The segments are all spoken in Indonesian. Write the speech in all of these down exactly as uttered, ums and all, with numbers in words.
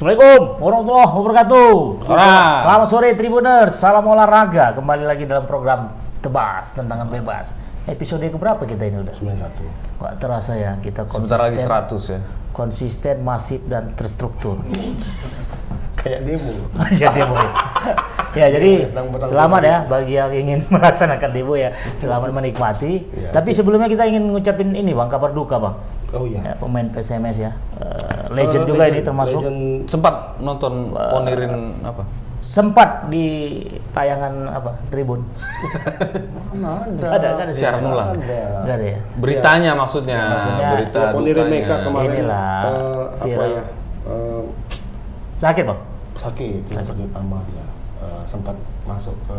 Assalamualaikum warahmatullahi wabarakatuh. Ora. Selamat sore Tribuners, salam olahraga. Kembali lagi dalam program Tebas Tendangan Bebas. Episode keberapa kita ini udah? sembilan puluh satu. Kok terasa ya kita konsisten. Sebentar lagi seratus ya. Konsisten, masif dan terstruktur. Kayak demo. Ya demo. Ya jadi Sedang berlangsung selamat lagi. ya bagi yang ingin melaksanakan demo ya. Selamat menikmati. Ya. Tapi sebelumnya kita ingin ngucapin ini Bang, kabar duka Bang. Oh iya. Ya, pemain P S M S ya. Uh, legend Eh, juga legend, ini termasuk. legend. Sempat nonton Ponirin apa? Sempat di tayangan apa Tribun. Mana ada? Ada kan? Siaran ulang. Ada. Enggak ada ya. Beritanya maksudnya, maksudnya, berita Ya, Ponirin dukanya. Meka kemarin Inilah, eh, apa viral. ya? eh, Sakit Bang. sakit, dia sakit parah ya. Eh, sempat masuk ke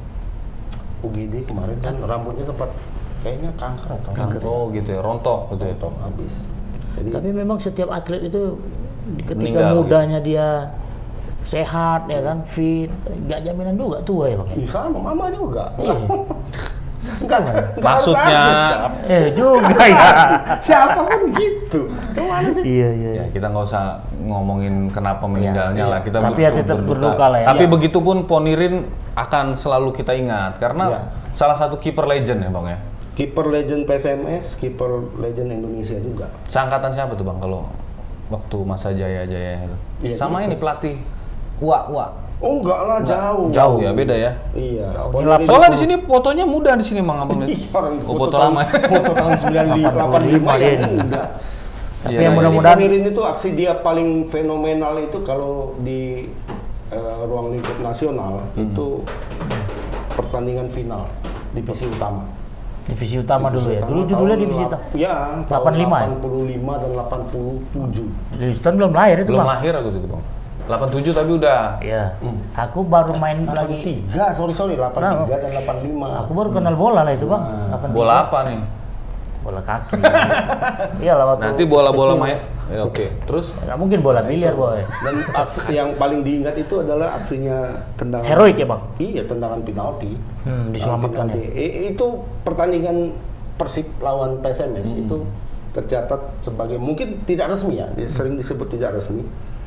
U G D kemarin kan rambutnya sempat kayaknya kanker atau Kanker. Oh gitu ya, rontok gitu ya. Rontok habis. Jadi Tapi memang setiap atlet itu ketika Meninggal, mudanya dia sehat ya kan, fit, nggak jaminan juga tua ya Bang. ya sama mama juga. Iya. Enggak, enggak Maksudnya- harus artis, Kak. Eh juga ya. Siapapun gitu. Cuma sih. Iya iya. Ya kita nggak usah ngomongin kenapa meninggalnya iya. lah, kita Tapi ya tetap berduka lah ya. Tapi Iya. begitupun Ponirin akan selalu kita ingat karena Iya. salah satu kiper legend ya bang ya. Kiper legend P S M S, kiper legend Indonesia juga. Seangkatan siapa tuh bang kalau waktu masa jaya-jaya itu? Iya, Sama iya. ini pelatih Wak Wak. Oh enggak lah, jauh. Jauh ya, beda ya. Iya. Ponirin Soalnya di sini fotonya muda di sini bang abang. Iya, orang Oh, foto, foto tahun, lama. foto tahun sembilan puluh lima, delapan puluh lima ya enggak. Tapi Iya, yang iya. mudah-mudahan Ponirin itu aksi dia paling fenomenal itu kalau di eh, ruang lingkup nasional Hmm. itu pertandingan final divisi utama. divisi utama dulu ya. Divisi Dulu utama judulnya tahun divisi lap- utama. Ya, delapan puluh lima ya? delapan puluh lima dan delapan puluh tujuh. Houston belum lahir itu Belum Bang. lahir aku situ bang. delapan puluh tujuh tapi udah. Iya. Aku baru main delapan lagi. tiga, sorry sorry, delapan tiga dan delapan lima. Aku baru kenal bola lah itu Bang. delapan tiga. Bola apa nih? Bola kaki. Iya lah waktu Nanti bola-bola kecil. main. Ya, Oke, terus Nggak mungkin bola biliar boy. Dan aksi yang paling diingat itu adalah aksinya tendangan. Heroik ya Bang. Iya, tendangan penalti. Hmm, diselamatkan Penalti. ya. I- Itu pertandingan Persib lawan P S M S Hmm. itu tercatat sebagai mungkin tidak resmi ya, sering disebut tidak resmi.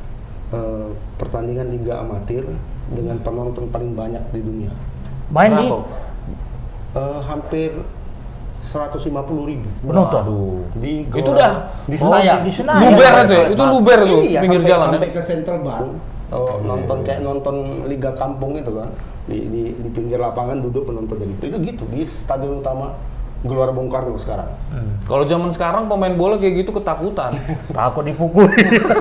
Eh, pertandingan liga amatir dengan penonton paling banyak di dunia. Main di kenapa? Eh, hampir seratus lima puluh ribu. penonton. Aduh. Di Itu Gelora- dah di Oh, Senayan. di Senayan. Luber itu ya? Itu luber tuh, Iya, pinggir sampai, jalan ya? sampai ke Central Bank. Oh, nonton kayak nonton Liga Kampung itu kan. Di, di, di pinggir lapangan duduk penonton dari itu. Itu gitu di stadion utama Gelora Bung Karno sekarang. Kalau zaman sekarang pemain bola kayak gitu ketakutan. Takut dipukul.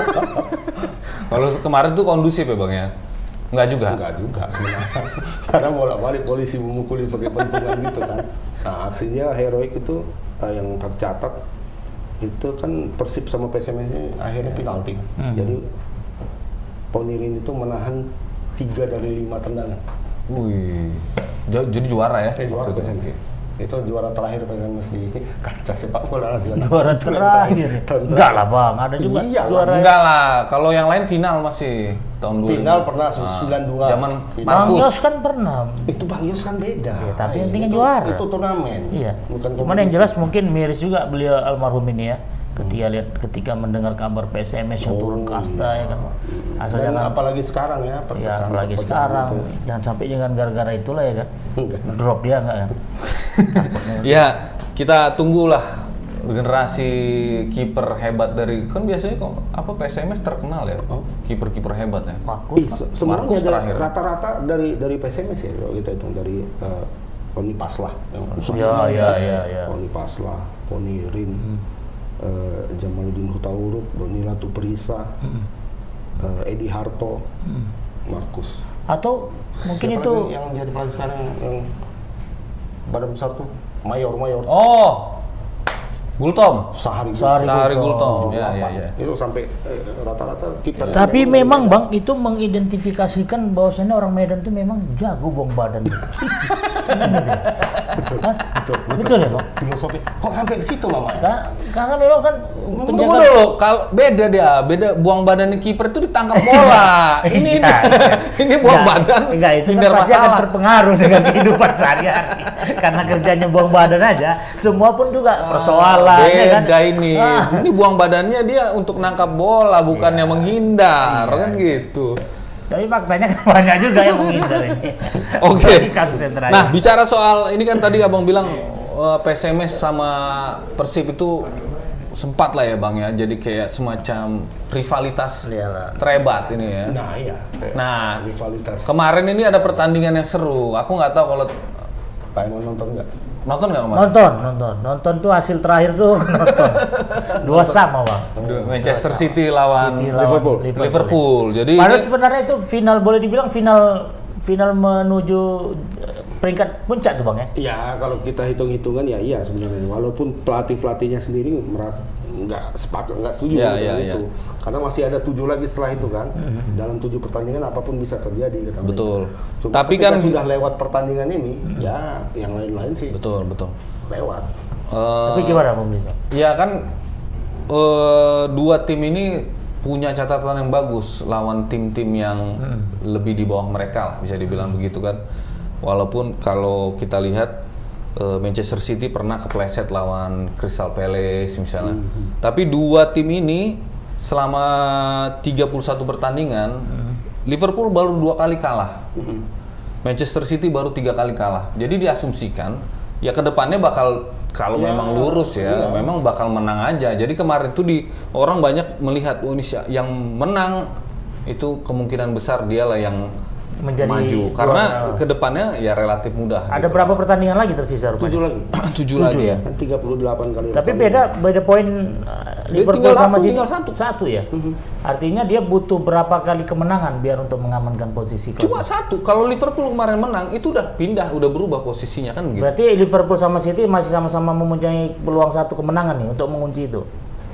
Kalau kemarin tuh kondusif ya bang ya? Enggak juga. Enggak juga sebenarnya. Karena bolak-balik polisi memukuli pakai pentungan gitu kan. Nah, aksi dia heroik itu eh, yang tercatat itu kan Persib sama P S M S ini akhirnya penalti. Jadi Ponirin itu menahan tiga dari lima tendangan. Wih. Ja- Jadi juara ya? Eh, juara P S M S. Itu juara terakhir P S M S di kancah sepak bola nasional. Juara terakhir. Enggak lah Bang, ada juga Iya lah, juara. Enggak lah. Kalau yang lain final masih tahun dua ribu. Final pernah Ah, sembilan puluh dua. Zaman Final. Bang Markus. Yos kan pernah. Itu Bang Yos kan beda. Iya, tapi yang Itu- penting juara. Itu turnamen. Iya. Bukan Cuman yang kompetisi. jelas mungkin miris juga beliau almarhum ini ya. Ketika lihat ketika mendengar kabar P S M S yang turun kasta ya kan. Asal Dan jangan apalagi sekarang ya, ya perpecahan- apalagi perpecahan sekarang itu. jangan sampai jangan gara-gara itulah ya kan. Enggak. Drop dia enggak kan. Ya, kita tunggulah generasi kiper hebat dari kan biasanya kok apa P S M S terkenal ya. Oh. Kiper-kiper hebat ya. Markus Ih, kan. se- semuanya Markus dari- terakhir. rata-rata dari dari P S M S ya kalau kita hitung dari uh, Poni Paslah yang Ya, ya, ya, ya. Poni Paslah, Poni Rin, uh, Jamaluddin Hutauruk, Doni Latu Perisa, uh, Edi Harto, Markus. Atau mungkin Siapa itu lagi yang jadi pelatih sekarang yang badan besar tuh Mayor Mayor. Oh. Gultom. Sehari Sehari Sehari Gultom. Gultom. Ya, ya, ya. Itu sampai eh, rata-rata kiper. tapi memang Bang itu mengidentifikasikan bahwasannya orang Medan itu memang jago buang badan. betul, betul, Betul ya, Bang? Filosofi. Kok sampai ke situ Mama? ya? Ka- Karena memang kan Tunggu penjaga dulu, kalau beda dia, beda buang badan kiper itu ditangkap bola. ini Iya, iya. ini buang Enggak, badan. enggak itu kan hindar pasti akan masalah. terpengaruh dengan kehidupan sehari-hari. Karena kerjanya buang badan aja, semua pun juga persoalan bolanya kan. Beda ini. Ah. Ini buang badannya dia untuk nangkap bola, bukannya Iya. menghindar Iya, kan iya. gitu. Tapi faktanya kan banyak juga yang menghindar ini. Oke. Apalagi kasus yang terakhir. Nah, bicara soal ini kan tadi Abang bilang uh, P S M S sama Persib itu sempat lah ya Bang ya, jadi kayak semacam rivalitas Iyalah. terhebat ini ya. Nah iya. Nah, Rivalitas. kemarin ini ada pertandingan yang seru. Aku nggak tahu kalau Pak Iman nonton nggak? nonton nggak kemarin? Nonton, nonton, nonton tuh hasil terakhir tuh nonton. Dua sama bang. Manchester City lawan City lawan Liverpool. Liverpool. Liverpool. Jadi Padahal ini- sebenarnya itu final, boleh dibilang final final menuju eh, peringkat puncak tuh bang ya. Ya kalau kita hitung-hitungan ya iya sebenarnya. Walaupun pelatih-pelatihnya sendiri merasa nggak sepakat, nggak setuju Ya, dengan ya, itu. Karena masih ada tujuh lagi setelah itu kan. Dalam tujuh pertandingan apapun bisa terjadi. Kata mereka. Betul. Cuma Tapi ketika kan- sudah lewat pertandingan ini, ya yang lain-lain sih betul betul. lewat. Eh, Tapi gimana bang bisa? Ya kan eh, dua tim ini punya catatan yang bagus lawan tim-tim yang lebih di bawah mereka lah, bisa dibilang begitu kan. Walaupun kalau kita lihat eh, Manchester City pernah kepleset lawan Crystal Palace misalnya. Tapi dua tim ini selama tiga puluh satu pertandingan Liverpool baru dua kali kalah. Manchester City baru tiga kali kalah. Jadi diasumsikan ya kedepannya bakal kalau Ya, memang lurus ya, iya. memang bakal menang aja. Jadi kemarin tuh di orang banyak melihat oh, ini si- yang menang itu kemungkinan besar dialah yang Menjadi maju juara. karena kedepannya ya relatif mudah. Ada gitu. berapa pertandingan lagi tersisa rupanya? Tujuh lagi. Tujuh lagi ya. Kan tiga puluh delapan kali. Tapi pertandingan. beda beda poin uh, Liverpool tinggal sama satu, City. tinggal satu. Satu ya. Artinya dia butuh berapa kali kemenangan biar untuk mengamankan posisi Cuma klasmen. satu. Kalau Liverpool kemarin menang itu udah pindah, udah berubah posisinya kan gitu. Berarti Liverpool sama City masih sama-sama mempunyai peluang satu kemenangan nih untuk mengunci itu.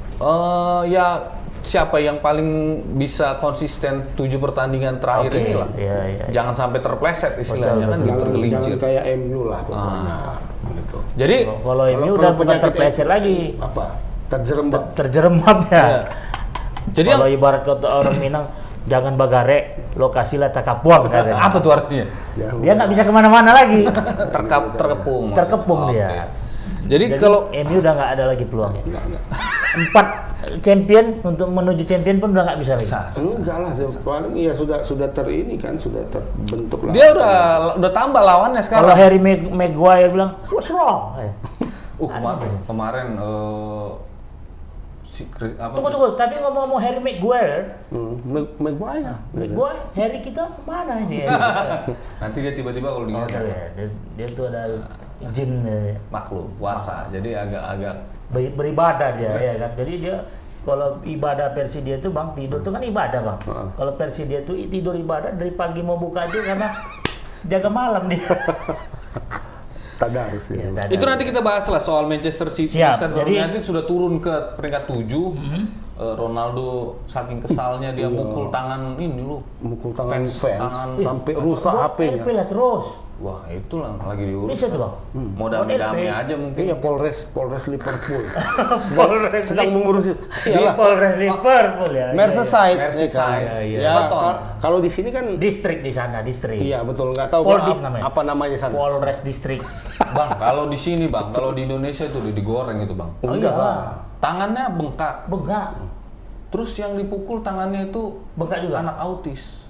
Eh ya siapa yang paling bisa konsisten tujuh pertandingan terakhir Oke, inilah. iya, iya. Jangan sampai terpleset istilahnya kan Betul, gitu jangan, tergelincir. jangan kayak M U lah pokoknya. Gitu. Jadi Kalau- Kalau ini Kalau- udah kalau bukan penyakit terpleset M- lagi, Apa? Terjerembab. terjerembab ya. ya. Jadi Kalau yang, ibarat kata orang Minang, jangan bagare, lokasilah takapuang katanya. apa tuh artinya? Jangan Dia nggak bisa kemana-mana lagi, Terkap terkepung. maksudnya. terkepung Oke. dia. Jadi, Jadi kalau M U udah nggak ada lagi peluangnya. Enggak, enggak. Empat champion untuk menuju champion pun udah nggak bisa lagi. Sah, sah. Enggak lah, paling ya sudah sudah ter ini kan sudah terbentuk lah. dia udah udah tambah lawannya Kalau sekarang. Harry Mag- Maguire bilang, what's wrong? Eh, Uh kemarin kemarin eh, si Chris- apa? Tunggu tunggu, tapi ngomong-ngomong Harry Maguire, Hmm, Mag- Maguire. Maguire, Harry kita kemana ini? Nanti dia tiba-tiba kalau Oh, diingat iya. dia, dia tuh ada izin eh, maklum puasa. Jadi agak-agak ber- beribadah dia, ya kan. Jadi dia kalau ibadah versi dia tuh bang tidur tuh kan ibadah bang. Heeh. Kalau versi dia tuh tidur ibadah dari pagi mau buka aja karena jaga malam dia. Tadarus ya. Ya, tadarus. itu nanti kita bahas lah soal Manchester City. Siap, Manchester jadi- United sudah turun ke peringkat tujuh. Eh, Ronaldo saking kesalnya dia mukul tangan ini lu. Mukul tangan fans, tangan sampai rusak H P-nya. L P lah terus. Wah, itulah lagi diurus. Bisa tuh bang. Mau Oh, damai-damai L P. aja mungkin. Iya, Polres Polres Liverpool. Polres sedang mengurus itu. Di Iyalah. Polres Liverpool ya. Merseyside. Merseyside. ya kan? Iya, iya. Ya, Everton. kal- kalau di sini kan Distrik di sana, distrik. iya betul nggak tahu Poldis gua ap- namanya. apa namanya sana. Polres distrik. Bang, kalau di sini bang, kalau di Indonesia itu udah digoreng itu bang. Oh Enggak iya. lah. Tangannya bengkak. Bengkak. Terus yang dipukul tangannya itu Bengkak juga? anak autis.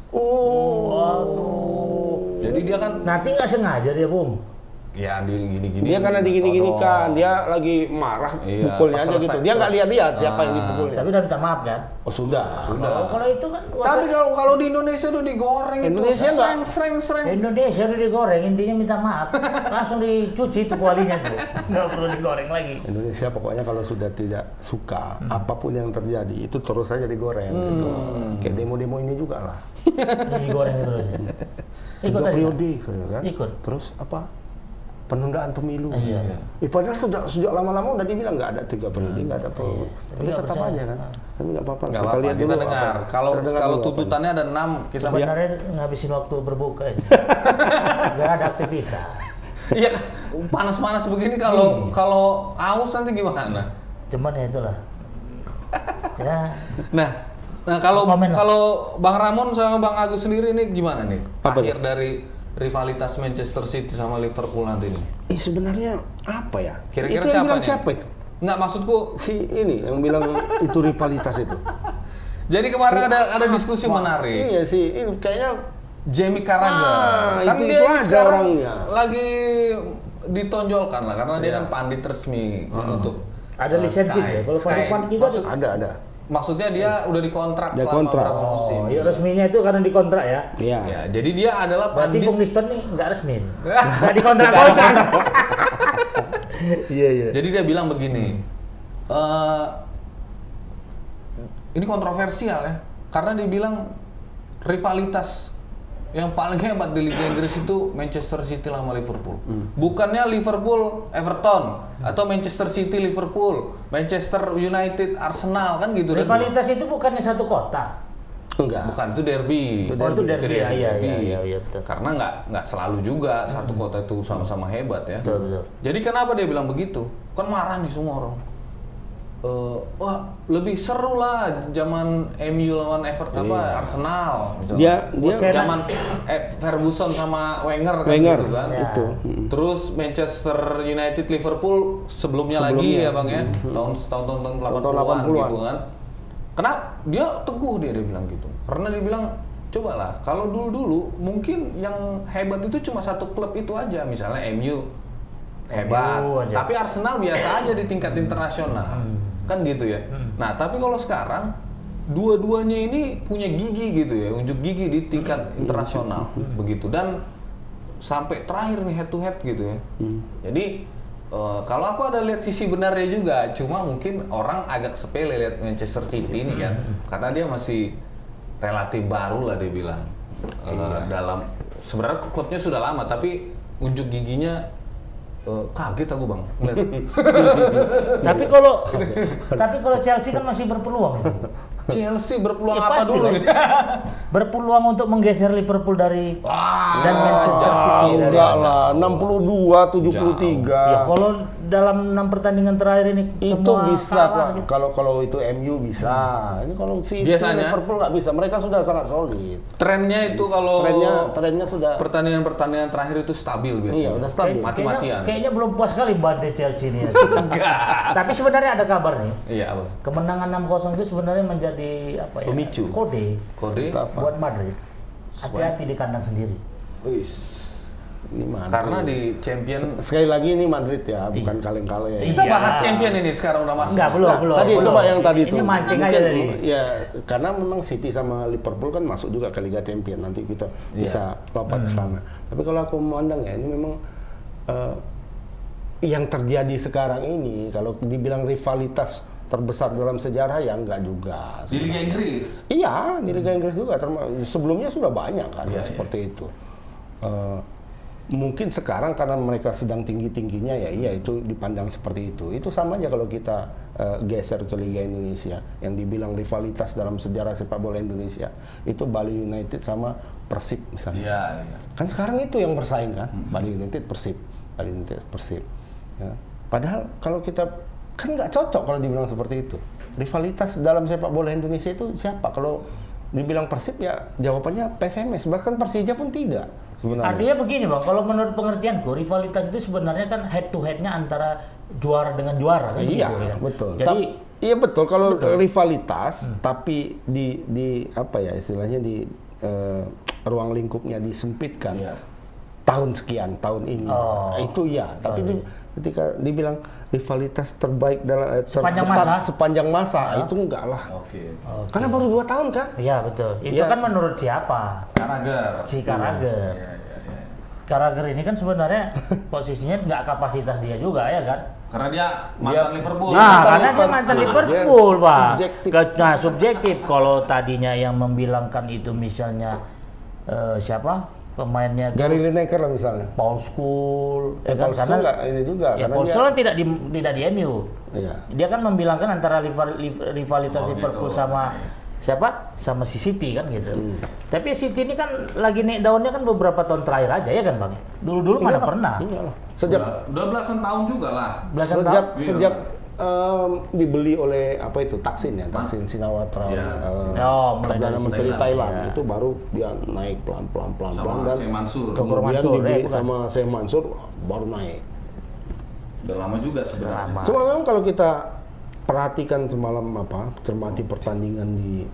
Oh. Jadi dia kan Nanti nggak sengaja dia bung. ya di gini-gini. Dia karena digini-gini todong. kan, dia lagi marah, Iya, pukulnya pas aja selesai- gitu. Dia nggak lihat-lihat siapa yang Ah. dipukulnya. Tapi udah minta maaf kan. Oh sudah. Sudah. Kalau, kalau itu kan nggak Tapi usah- kalau kalau di Indonesia udah digoreng Indonesia itu nggak- sreng sreng sreng. Indonesia udah digoreng, intinya minta maaf. Langsung dicuci tuh kualinya tuh. Nggak perlu digoreng lagi. Indonesia pokoknya kalau sudah tidak suka apapun yang terjadi itu terus saja digoreng gitu. Kayak demo-demo ini juga lah. Digoreng terus. Ya. Ikut Tiga aja. periode kan. Ikut. Terus apa? Penundaan pemilu. Iya. Eh, padahal sudah sejak lama-lama udah dibilang nggak ada tiga periode, nggak ada periode. Tapi Tapi nggak tetap percaya. aja kan. Tapi nggak apa-apa. Nggak Kita apa-apa, lihat kita dulu dengar. apa- Kalau kita dengar kalau dulu apa. tuntutannya ada enam, kita Sebenarnya ngabisin waktu berbuka ya. Nggak ada aktivitas. Iya, panas-panas begini kalau kalau aus nanti gimana? Cuman ya itulah. Ya, Nah, nah kalau Komen lah. kalau Bang Ramon sama Bang Agus sendiri ini gimana nih? Apa Akhir dari rivalitas Manchester City sama Liverpool nanti ini. Eh sebenarnya apa ya? Kira-kira itu yang siapa bilang nih? siapa itu? Nggak, maksudku Si ini yang bilang itu rivalitas itu. jadi kemarin ada ada diskusi menarik. Iya sih, ini kayaknya Jamie Carragher Ah, kan itu- dia itu aja sekarang orangnya. lagi ditonjolkan lah karena dia Iya. kan pandit resmi untuk Ada uh, lisensi Sky. dia. Kalau Sky. pada pandit itu Maksud- ada ada. maksudnya dia udah dikontrak Dia selama kontrak. beberapa musim. Oh, ya resminya itu karena dikontrak ya. Iya. Ya, jadi dia adalah Berarti pandit. Bung Liston nih nggak resmi. Nggak dikontrak-kontrak. Iya iya. Jadi dia bilang begini, eh, ini kontroversial ya, karena dia bilang rivalitas yang paling hebat di Liga Inggris itu Manchester City sama Liverpool. Bukannya Liverpool Everton atau Manchester City Liverpool, Manchester United Arsenal kan gitu. dia bilang. Rivalitas itu bukannya satu kota. Enggak. Bukan, itu derby. Oh, itu derby. Ya, iya, iya, iya, iya, betul. Karena nggak nggak selalu juga satu kota itu sama-sama hebat ya. Betul, betul. Jadi kenapa dia bilang begitu? Kan marah nih semua orang. Eh, wah, lebih seru lah zaman M U lawan Everton apa Iya. Arsenal misalnya. Dia dia Saya- zaman eh, Ferguson sama Wenger kan Wenger gitu kan. Ya. itu. Terus Manchester United Liverpool sebelumnya, lagi Sebelumnya. ya Bang ya. Tahun tahun-tahun Tahun delapan delapan puluhan puluhan. gitu kan. Kenapa? Dia teguh dia dia bilang gitu. Karena dia bilang cobalah kalau dulu-dulu mungkin yang hebat itu cuma satu klub itu aja, misalnya M U hebat, M U aja. tapi Arsenal biasa aja di tingkat internasional. Kan gitu ya. Nah, tapi kalau sekarang dua-duanya ini punya gigi gitu ya, unjuk gigi di tingkat internasional begitu dan sampai terakhir nih head to head gitu ya. Jadi eh, kalau aku ada lihat sisi benarnya juga, cuma mungkin orang agak sepele lihat Manchester City ini kan, karena dia masih relatif baru lah dia bilang. Eh, dalam sebenarnya klubnya sudah lama tapi unjuk giginya eh, kaget aku Bang. Lihat. Tapi kalau tapi kalau Chelsea kan masih berpeluang. Chelsea berpeluang Ya, apa pasti dulu lah. nih? Berpeluang untuk menggeser Liverpool dari Wah, dan Manchester jauh. City dari enggak lah, enam puluh dua tujuh puluh tiga. Ya kalau dalam enam pertandingan terakhir ini Itu semua bisa kalah kok. gitu. Kalau kalau itu M U bisa. Ini kalau City Biasanya. Liverpool nggak bisa. Mereka sudah sangat solid. Trennya itu kalau Trennya trennya sudah pertandingan-pertandingan terakhir itu stabil biasanya. Iya, udah stabil. Kayak- Mati-matian. Kayaknya, kayaknya belum puas kali bantai Chelsea ini. Enggak. Tapi sebenarnya ada kabar nih. Iya, apa? Kemenangan enam kosong itu sebenarnya menjadi apa ya? Pemicu. Kode Kode Apa? buat Madrid. Hati-hati di kandang sendiri. Wis. Ini Madrid. karena di champion Sekali lagi ini Madrid ya, bukan kaleng-kaleng. kita Iya. bahas champion ini sekarang udah masuk. Enggak, belum, Nah, belum. Tadi belum. coba yang tadi Ini itu. mancing aja Mungkin, tadi. Ya, karena memang City sama Liverpool kan masuk juga ke Liga Champion. Nanti kita Iya. bisa lompat ke sana. Tapi kalau aku memandang ya, ini memang eh, yang terjadi sekarang ini, kalau dibilang rivalitas terbesar dalam sejarah ya enggak juga. di Liga Inggris. Iya, di Liga Inggris juga. terma- Sebelumnya sudah banyak kan Iya, yang iya. seperti itu. Eh, mungkin sekarang karena mereka sedang tinggi-tingginya ya iya itu dipandang seperti itu. Itu sama aja kalau kita eh, geser ke Liga Indonesia yang dibilang rivalitas dalam sejarah sepak bola Indonesia itu Bali United sama Persib misalnya. Iya, iya. Kan sekarang itu yang bersaing kan, Bali United Persib, Bali United Persib. Ya. Padahal kalau kita kan nggak cocok kalau dibilang seperti itu. Rivalitas dalam sepak bola Indonesia itu siapa? Kalau dibilang Persib ya jawabannya P S M S, bahkan Persija pun tidak sebenarnya. Artinya begini bang, kalau menurut pengertianku rivalitas itu sebenarnya kan head to headnya antara juara dengan juara kan Iya, gitu, ya. betul. Jadi Tap- iya betul kalau rivalitas tapi di di apa ya istilahnya di eh, ruang lingkupnya disempitkan. Iya. Tahun sekian, tahun ini. Oh. Nah, itu ya, tapi di- ketika dibilang rivalitas terbaik dalam eh, Sepanjang tertepat masa? sepanjang masa itu enggak lah. Oke. Karena baru dua tahun kan? iya betul. Itu Iya. kan menurut siapa? Carragher. Si Carragher. Iya, iya, iya. Carragher ini kan sebenarnya posisinya nggak kapasitas dia juga ya kan? Karena dia mantan Dia- Liverpool. Dia Nah, mantan karena dia Liverpool. mantan Nah, Liverpool, dia Pak. subjektif. Ke- Nah, subjektif. Kalau tadinya yang membilangkan itu misalnya eh, siapa pemainnya tuh Gary Lineker lah misalnya. Paul Scholes, Eh, Paul Scholes nggak ini juga, ya, karena Paul dia- Scholes kan tidak di tidak di M U. Iya. Dia kan membilangkan antara rival- riv- rivalitas Oh, Liverpool gitu. sama siapa? Sama si City kan gitu. Hmm. Tapi City ini kan lagi naik daunnya kan beberapa tahun terakhir aja ya kan, Bang? Dulu-dulu mana Iyalah, pernah? iyalah. Sejak Udah, udah belasan tahun juga lah. Belasan sejak tahun? sejak em, dibeli oleh apa itu Taksin ya Taksin Sinawatra Iya, eh, Oh, mulai Perdana dari Menteri Thailand, Thailand ya. itu baru dia naik pelan pelan pelan Sama pelan dan Sheikh Mansur. kemudian Mansur, dibeli eh, bukan. sama Sheikh Mansur baru naik. Udah lama juga sebenarnya. Lama. Cuma memang kalau kita perhatikan semalam apa, cermati pertandingan di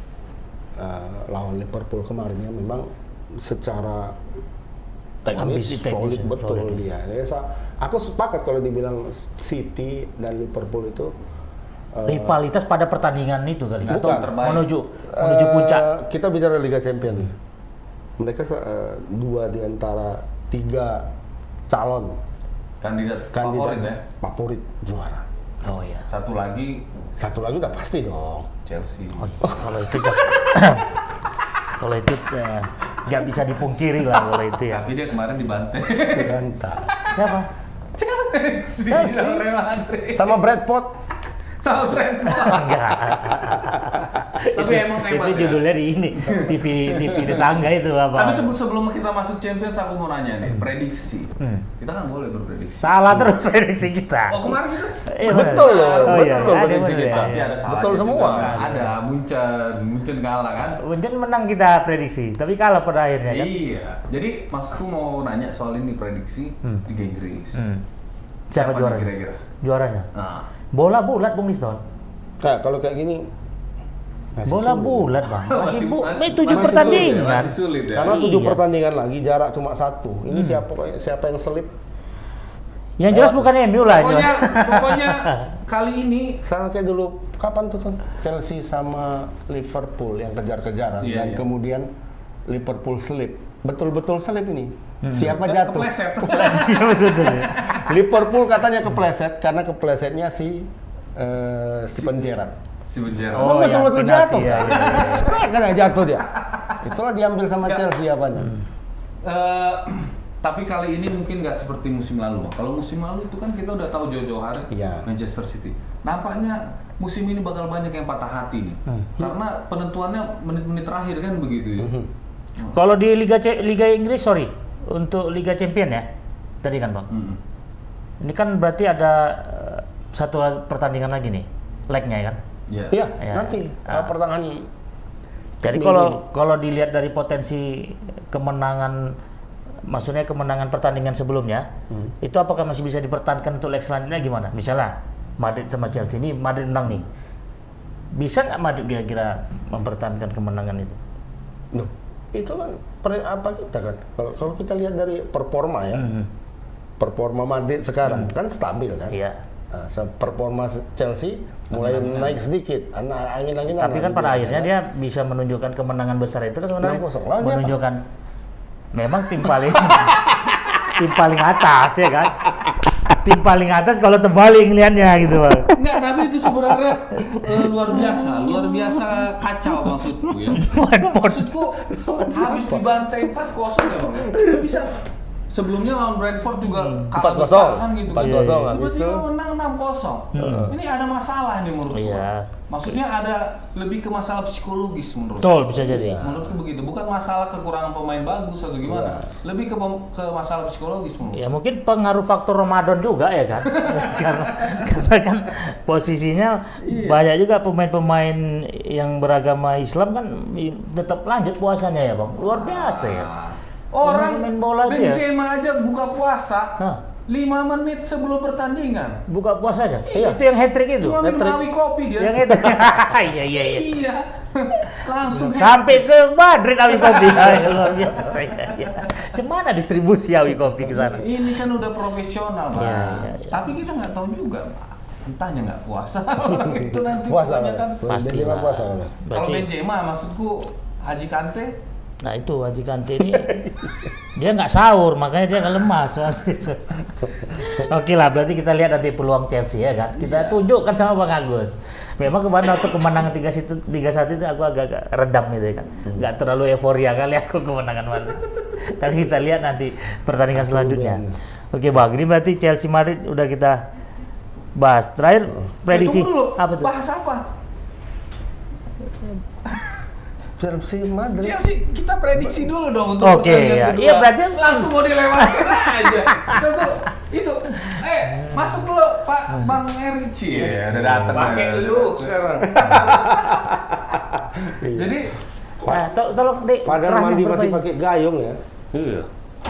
uh, lawan Liverpool kemarin ya, memang secara teknis Ambisi teknis, solid ya, betul solid. dia. Ya, sa- aku sepakat kalau dibilang City dan Liverpool itu uh, Rivalitas pada pertandingan itu kali Bukan. atau Terbaik. menuju menuju puncak. Uh, kita bicara Liga Champions. Mereka se- uh, dua di antara tiga calon Kandidat, kandidat favorit ya. favorit juara. Oh iya. Satu lagi Satu lagi udah pasti dong. Chelsea. Oh, iya. Kalau itu kalau itu ya, nggak bisa dipungkiri lah kalau itu ya. Tapi dia kemarin dibantai. Ganteng. Siapa? Chelsea. Chelsea. Sama Real Madrid. Sama Bradford. Sama Brentford. Enggak. Tapi emang hebat itu ya. judulnya di ini T V T V tetangga itu apa? Tapi sebelum sebelum kita masuk Champions, aku mau nanya nih, prediksi. Hmm. Kita kan boleh berprediksi. Salah terus prediksi kita. Oh kemarin kita Iya, Betul benar. loh, Oh, iya, betul ada prediksi benar, kita. ya, Tapi ya. ada salah. Betul semua. Ada Munchen, Munchen kalah kan? Munchen menang kita prediksi, tapi kalah pada akhirnya kan. Iya. Jadi maksudku mau nanya soal ini prediksi Hmm. Liga Inggris. Hmm. Siapa, nih juaranya? kira-kira? Juaranya. Nah, Bola bulat Bung Liston. Nah, kalau kayak gini masih Bola sulit. bulat bang. Masih bu, masih- ini tujuh masih pertandingan. sulit ya, masih sulit ya. Karena tujuh Iya. pertandingan lagi jarak cuma satu. Ini siapa siapa yang selip? Yang jelas bukan M U lah. Pokoknya, pokoknya kali ini Sama kayak dulu kapan tuh tuh Chelsea sama Liverpool yang kejar-kejaran Iya, dan iya. kemudian Liverpool selip. Betul-betul selip ini. Siapa Ke- jatuh? kepleset. Iya betul betul. Liverpool katanya kepleset karena keplesetnya si eh, Steven Gerrard. si Benjara. Oh, Memang betul-betul yang penalti, jatuh. ya, iya, iya. Sekarang kan ya jatuh dia. Itulah diambil sama Nggak. Chelsea apanya. Eh, tapi kali ini mungkin nggak seperti musim lalu. Kalau musim lalu itu kan kita udah tahu jauh-jauh hari Iya. Manchester City. Nampaknya musim ini bakal banyak yang patah hati nih. Karena penentuannya menit-menit terakhir kan begitu ya. Kalau di Liga C- Liga Inggris sorry untuk Liga Champion ya tadi kan bang. Mm-mm. Ini kan berarti ada eh, satu pertandingan lagi nih legnya ya kan. Iya. Iya, Ya, nanti ah. uh, pertengahan Jadi minggu kalau ini. kalau dilihat dari potensi kemenangan, maksudnya kemenangan pertandingan sebelumnya, Hmm. itu apakah masih bisa dipertahankan untuk leg selanjutnya gimana? Misalnya Madrid sama Chelsea ini Madrid menang nih, bisa nggak Madrid kira-kira mempertahankan kemenangan itu? Loh, itu kan per- apa kita kan? Kalau kalau kita lihat dari performa ya, Mhm. performa Madrid sekarang kan stabil kan? Iya. Nah, se- performa Chelsea mulai naik sedikit, Ana- angin-anginan. Tapi kan nah, pada gitu, akhirnya kan? dia bisa menunjukkan kemenangan besar itu kan sebenarnya enam kosong. Lawan siapa? menunjukkan memang tim paling tim paling atas ya kan. Tim paling atas kalau terbalik ngelihatnya gitu bang. Enggak, tapi itu sebenarnya eh, luar biasa, luar biasa kacau maksudku ya. Maksudku habis dibantai empat kosong ya bang. Bisa sebelumnya lawan Brentford juga kalah empat kosong. besar kan gitu. empat kosong, habis Tiba-tiba itu- menang enam kosong. Ini ada masalah nih menurutku. Iya. Maksudnya ada lebih ke masalah psikologis menurutku. Betul bisa jadi. Menurutku begitu, bukan masalah kekurangan pemain bagus atau gimana. Lebih ke pem- ke masalah psikologis menurutku. Ya mungkin pengaruh faktor Ramadan juga ya kan. karena, karena kan posisinya banyak juga pemain-pemain yang beragama Islam kan i- tetap lanjut puasanya ya bang. Luar biasa ya. Orang Main bola aja ya? Benzema aja buka puasa Hah. lima menit sebelum pertandingan. Buka puasa aja. Iya. Itu yang hat trick itu. Cuma minum Hat-trick. awi kopi dia. Yang itu. Iya iya iya. Iya. Langsung Sampai ke Madrid awi kopi. Ya, luar biasa ya. ya. Cemana distribusi awi kopi ke sana? Ini kan udah profesional, Pak. Iya, iya, iya. Tapi kita nggak tahu juga, Pak. Entahnya nggak puasa. Itu nanti Puasa pokoknya kan. kan? Pasti Benzema lah. puasa kan? Kalau Berarti- Benzema maksudku Haji Kante Nah itu Haji Kante ini dia nggak sahur makanya dia nggak lemas waktu itu. Oke lah berarti kita lihat nanti peluang Chelsea ya kan. Kita tunjukkan sama Bang Agus. Memang kemarin waktu kemenangan tiga satu itu aku agak-agak redam gitu ya kan. Nggak terlalu euforia kali aku kemenangan Madrid. Tapi kita lihat nanti pertandingan selanjutnya. Oke Bang, ini berarti Chelsea Madrid udah kita bahas. Terakhir prediksi Eh, tunggu dulu. apa tuh? Bahas apa? Chelsea Madrid. Chelsea kita prediksi dulu dong untuk Oke, pertandingan ya. kedua. Iya, berarti langsung mau dilewatin aja. Itu, itu, eh masuk dulu Pak Bang Erici. Iya, udah datang. Pakai lu sekarang. Jadi Nah, to- tolong dek. Padahal kerahnya mandi masih perbaiki. pakai gayung ya. iya.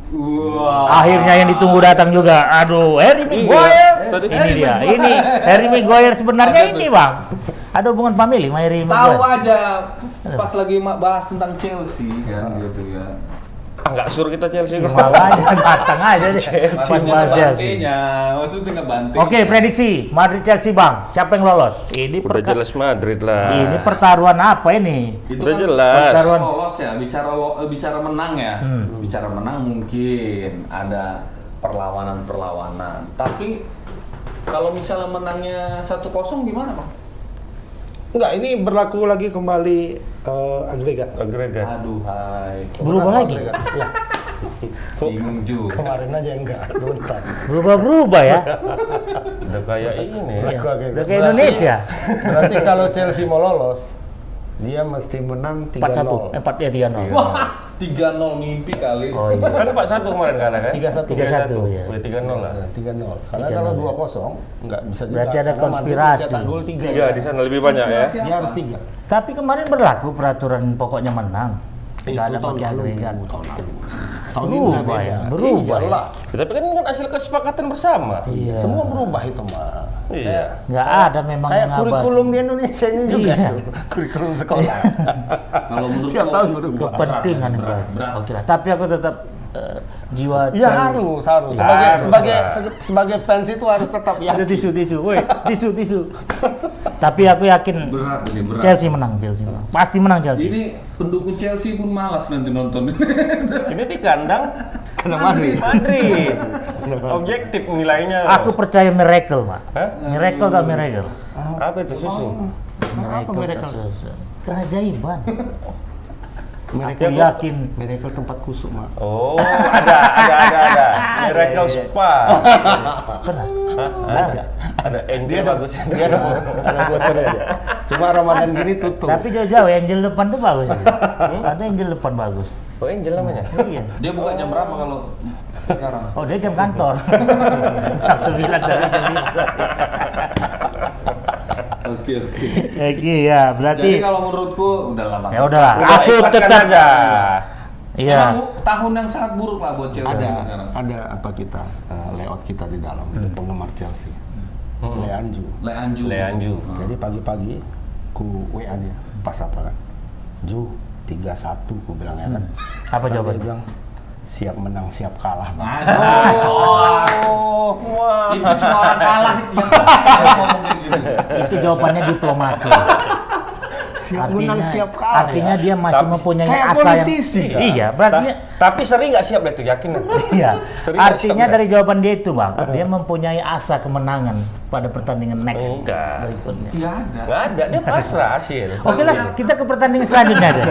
Wah. Akhirnya yang ditunggu datang juga. Aduh, Harry Maguire. Tadi- Ini dia. Ini Harry Maguire sebenarnya Ada ini, tuh. Bang. Ada hubungan family sama Harry Tahu Maguire. aja pas lagi ma- bahas tentang Chelsea kan gitu ya. Ah, nggak suruh kita Chelsea kok. Makanya datang aja deh. Pas Banyak bahas Chelsea. bantenya, waktu itu nggak banting. Oke, prediksi Madrid Chelsea, Bang. Siapa yang lolos? Ini Udah perka- jelas Madrid lah. Ini pertaruhan apa ini? Itu Udah kan jelas. bicara lolos ya, bicara lo, eh, bicara menang ya. Hmm. Bicara menang mungkin ada perlawanan-perlawanan. Tapi kalau misalnya menangnya satu kosong gimana, Bang? Enggak, ini berlaku lagi kembali eh, agregat. Agregat. Aduh, hai. Berubah lagi. Agregat. Ya, Bingung juga. kemarin aja enggak, sebentar. Berubah-berubah ya. Udah kayak ini. Iya. Berlaku agregat. Udah kayak Indonesia. Berarti kalau Chelsea mau lolos, dia mesti menang empat satu. tiga nol. empat ya tiga nol. Wah, tiga nol mimpi kali. Oh iya. Kan empat satu kemarin kalah kan? tiga satu. tiga satu ya. Udah tiga nol lah. tiga nol. Karena tiga kalau nol. dua kosong nggak bisa juga. Berarti ada Karena Madrid konspirasi. cetak gol tiga. Tiga di sana lebih banyak ya. Dia harus tiga. Tapi kemarin berlaku peraturan pokoknya menang. Tidak ada Itu tahun pakai lalu, agregat. tahun lalu. Tahun ini Berubah udah ya, beda. berubah Iyalah. Tapi kan ini kan hasil kesepakatan bersama. Iya. Semua berubah itu mah. Iya. Nggak ada memang Kayak yang abadi. kurikulum di Indonesia ini juga Iya. tuh. Kurikulum sekolah. Kalau menurut Tiap lo- tahun berubah. Kepentingan Berat, berat, Bang. berat. Oke lah. Tapi aku tetap eh, jiwa Ya Chelsea- harus, harus. Sebagai Harus sebagai lah. se- sebagai fans itu harus tetap Ada yakin. tisu tisu, woi tisu tisu. Tapi aku yakin berat ini berat. Chelsea menang, Chelsea menang. Pasti menang Chelsea. Ini pendukung Chelsea pun malas nanti nonton. Ini di kandang Karena Madrid. Madrid. Objektif nilainya. Aku percaya miracle, Mak. Hah? Miracle tak miracle? Apa itu susu? Apa miracle? tak susu. Keajaiban. Miracle Aku yakin. Miracle tempat kusuk, Mak. Oh, ada, ada, ada, ada. Miracle Spa. Pernah? Hah? Ada. Ada angel Dia ada bagus. dia ada ada bocornya dia. Cuma Ramadan gini tutup. Tapi jauh-jauh angel depan tuh bagus. Ada angel depan bagus. Oh, angel namanya. Iya. Dia buka jam berapa kalau sekarang? Oh, dia jam kantor. Jam sembilan sampai jam lima. Oke oke. Oke ya, Jadi berarti kalau menurutku udah lama. ya udahlah. Udah, Aku ikhlaskan tetap aja. Iya. Emang tahun yang sangat buruk lah buat Chelsea Ada sekarang. ada apa kita eh, layout kita di dalam Hmm. untuk penggemar Chelsea. Leanju. Leanju. Leanju. Jadi pagi-pagi ku W A dia pas apa kan? Ju tiga satu ku bilang ya kan. Apa Kan jawabannya? Dia bilang siap menang siap kalah, Bang. Oh, Wah. itu cuma orang kalah yang ngomong kayak gitu. Itu jawabannya diplomatis. Siap menang siap kalah. Artinya ya. dia masih Tapi- mempunyai kayak asa yang politisi, kan? iya, berarti Ta- tapi sering nggak siap itu yakin. iya. Sering Artinya siap, dari jawaban dia itu, Bang, dia mempunyai asa kemenangan pada pertandingan next Enggak. berikutnya. Nggak ada. Nggak ada, dia pasrah hasil. Oke lah, kita ke pertandingan selanjutnya aja.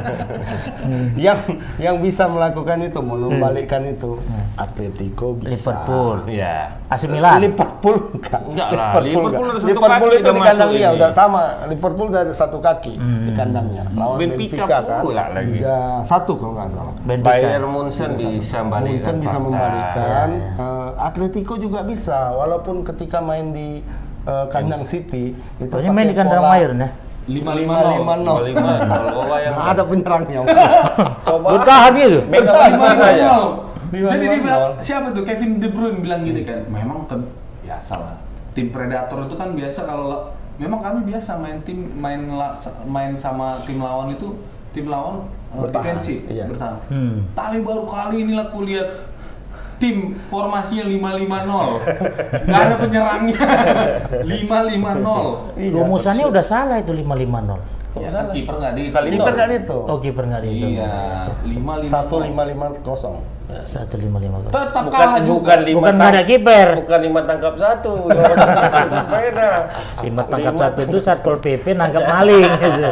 yang yang bisa melakukan itu membalikkan itu Atletico bisa. Liverpool, Iya. A C Milan. Liverpool enggak. Enggak lah, Liverpool, Liverpool enggak. udah satu Liverpool kaki itu udah di masuk kandang dia ini. udah sama. Liverpool udah satu kaki di kandangnya. Lawan Benfica Benfica, kan. pula lagi. Tiga satu kalau nggak salah. Benfica. Bayern Munchen bisa membalikan. Munchen bisa fakta. membalikan. Eh, Atletico juga bisa, walaupun ketika main di eh, kandang City itu Pokoknya main di pakai kandang pola Bayern ya. lima lima lima lima nol. nol. lima nol. Oh, yang Nggak ada penyerangnya. coba. Bertahan dia tuh. Mega Bertahan. Mansion lima aja. nol. Lima Jadi lima dia bilang, nol. siapa tuh Kevin De Bruyne bilang gini kan, memang kan biasa lah. Tim Predator itu kan biasa kalau memang kami biasa main tim main la- main sama tim lawan itu tim lawan eh, Bertahan, defensif iya. bertahan. Hmm. Tapi baru kali ini lah aku lihat tim formasinya lima lima nol. Nggak ada penyerangnya. lima lima nol. Rumusannya udah salah itu lima lima nol. Ya kan kiper nggak di Kali Kiper kan itu. Oh, kiper nggak dihitung. Iya, lima lima Satu lima lima kosong. Satu lima lima. Tetap Bukan kalah juga. bukan lima Bukan nggak ada tang- kiper. Bukan lima tangkap satu. Lima tangkap satu beda. Lima tangkap satu itu Satpol P P nangkap maling gitu.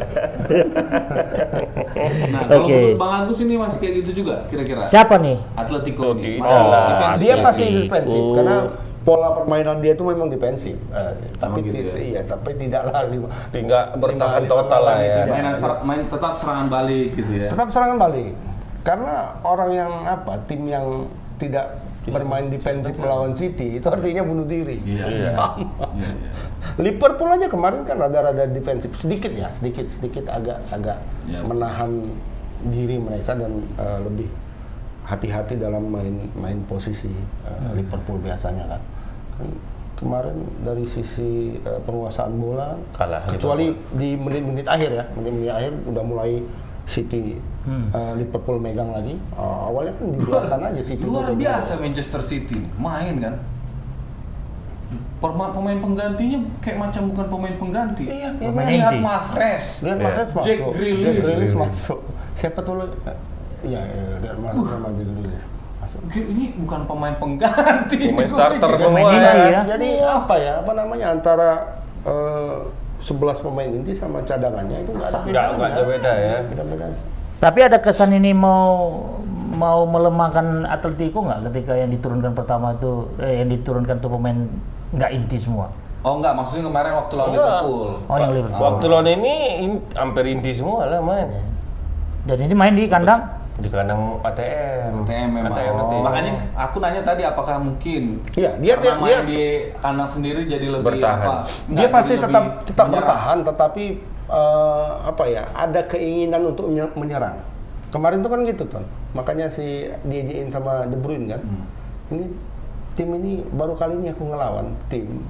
Nah, kalau Oke. menurut Bang Agus ini masih kayak gitu juga kira-kira. Siapa nih? Atletico nih. Oh, Masih oh, defensif Dia ya? masih Atletico. defensif karena pola permainan dia itu memang defensif. Eh, tapi gitu tidak ya? iya, tapi tidaklah lima. Tidak bertahan Lima- total lah lima- ya. tidak. Mainan ser- main tetap serangan balik gitu ya. Tetap serangan balik. Karena orang yang apa, tim yang tidak bermain defensif melawan City itu artinya bunuh diri. Iya. Sama. Iya, iya. Liverpool aja kemarin kan rada-rada defensif sedikit ya, sedikit sedikit agak agak Ya. menahan diri mereka dan eh, lebih hati-hati dalam main main posisi uh, Liverpool biasanya kan. Kan kemarin dari sisi uh, penguasaan bola Kalah kecuali di menit-menit akhir ya, menit-menit akhir udah mulai City hmm. uh, Liverpool megang lagi. Uh, awalnya kan dibiarkan aja City. Luar biasa Manchester City main kan. Perma- pemain penggantinya kayak macam bukan pemain pengganti. Iya, iya. pemain Lihat inti. Mahrez. Lihat Iya. Mahrez masuk. Jack Grealish. Jack Grealish masuk. Siapa tuh lo? Iya, iya, lihat masuk sama Jack Grealish. Masuk. Ini bukan pemain pengganti. Pemain Ini starter gua pikir. semua Pemain inti ya. Jadi apa ya? Apa namanya antara eh, sebelas pemain inti sama cadangannya itu nggak ada Nggak nggak ada beda ya. Beda-beda. Tapi ada kesan ini mau mau melemahkan Atletico nggak ketika yang diturunkan pertama itu eh, yang diturunkan tuh pemain nggak inti semua. Oh enggak, maksudnya kemarin waktu lawan Enggak. Liverpool. Oh yang Liverpool. Waktu lawan ini in- hampir inti semua lah main. Dan ini main di kandang. Di kandang A T M. A T M memang. A T M nanti. Makanya aku nanya tadi apakah mungkin Iya, dia karena dia, main dia, di kandang sendiri jadi lebih Bertahan. apa? dia Enggak, pasti jadi tetap lebih tetap menyerang. bertahan, tetapi eh, apa ya? Ada keinginan untuk menye- menyerang. Kemarin tuh kan gitu kan. Makanya si diajain sama De Bruyne kan. Hmm. Ini tim ini baru kali ini aku ngelawan tim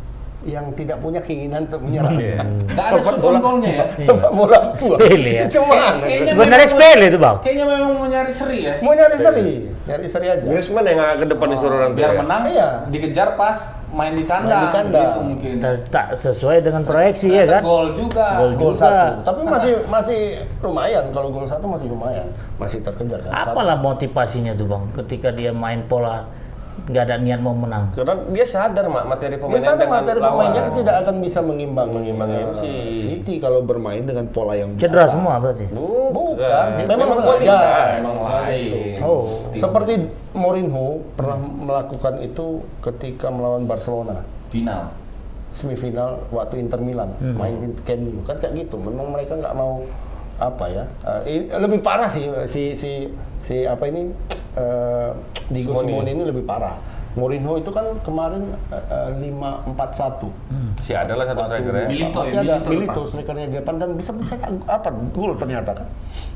yang tidak punya keinginan untuk menyerang. Iya. Enggak ada shoot on goalnya ya. Dapat bola buang. Sepele ya. Cuma Kayaknya Sebenarnya memang- sepele itu bang. Kayaknya memang mau nyari seri ya. mau nyari seri, nyari seri aja. Griezmann yang ke depan disuruh nanti. Biar ya. menang, Iya. dikejar pas main di kandang. Main di kandang. Gitu mungkin. Tak- Tak sesuai dengan proyeksi ya Ternyata kan. Gol juga. Gol. Gol juga. satu, tapi masih masih lumayan. Kalau gol satu masih lumayan, masih terkejar kan. Satu. Apalah motivasinya tuh bang ketika dia main pola nggak ada niat mau menang. Karena dia sadar mak materi Dia pemainnya sadar dengan materi lawan. pemainnya tidak akan bisa mengimbang Mengimbangi eh, si City kalau bermain dengan pola yang biasa. Cedera semua berarti. Bukan. Bukan, memang Memang sengaja. kualitas. Memang lain. Oh. Seperti Mourinho pernah melakukan itu ketika melawan Barcelona Final. semifinal waktu Inter Milan main di Camp Nou kan kayak gitu. Memang mereka nggak mau apa ya? eh, i- lebih parah sih si si si apa ini eh, Diego Simone. Simone ini lebih parah. Mourinho itu kan kemarin lima empat satu. Si adalah satu striker ya. Milito ya, Masih ada Milito Milito depan. strikernya di depan dan bisa mencetak apa gol ternyata kan.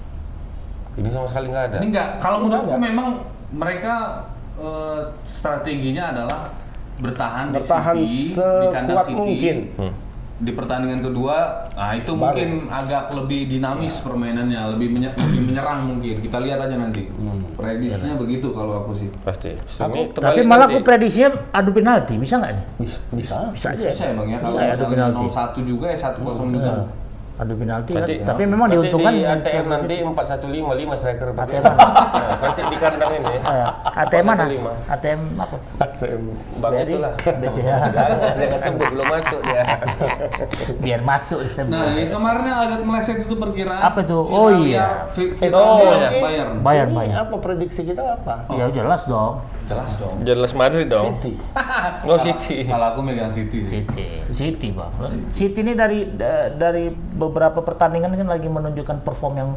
Ini sama sekali nggak ada. Ini enggak, kalau Nggak menurutku ada. memang mereka eh, strateginya adalah bertahan, Bertahan di City, di kandang sekuat City. mungkin. Hmm. Di pertandingan kedua, nah itu Baru. mungkin agak lebih dinamis permainannya, lebih, menye- lebih menyerang mungkin. Kita lihat aja nanti. Prediksinya begitu kalau aku sih. Pasti. Aku- Ini Tapi terbalik malah nanti. aku prediksinya adu penalti bisa nggak nih? Bisa bisa. Bisa aja. Bisa emang ya kalau Bisa adu misalnya penalti. nol satu juga ya satu kosong juga. Ya, adu penalti kan. Nanti, Tapi memang nanti diuntungkan di A T M Manchester nanti City. empat satu lima lima striker A T M Nah, nanti di kandang ini. Eh, A T M mana? empat satu lima. A T M apa? Bang B R I? itulah. B C H. Jangan, jangan sebut belum masuk dia. Biar masuk disebut. Nah, yang kemarin yang agak meleset itu perkiraan. Apa tuh? Oh, iya. Kita Oh, oh, iya. Bayern. Bayar, Ini bayar. apa prediksi kita apa? Ya jelas dong. Jelas dong. Jelas Madrid dong. City. Oh City. Kalau aku megang City sih. City, City bang. City ini dari da- dari beberapa pertandingan kan lagi menunjukkan perform yang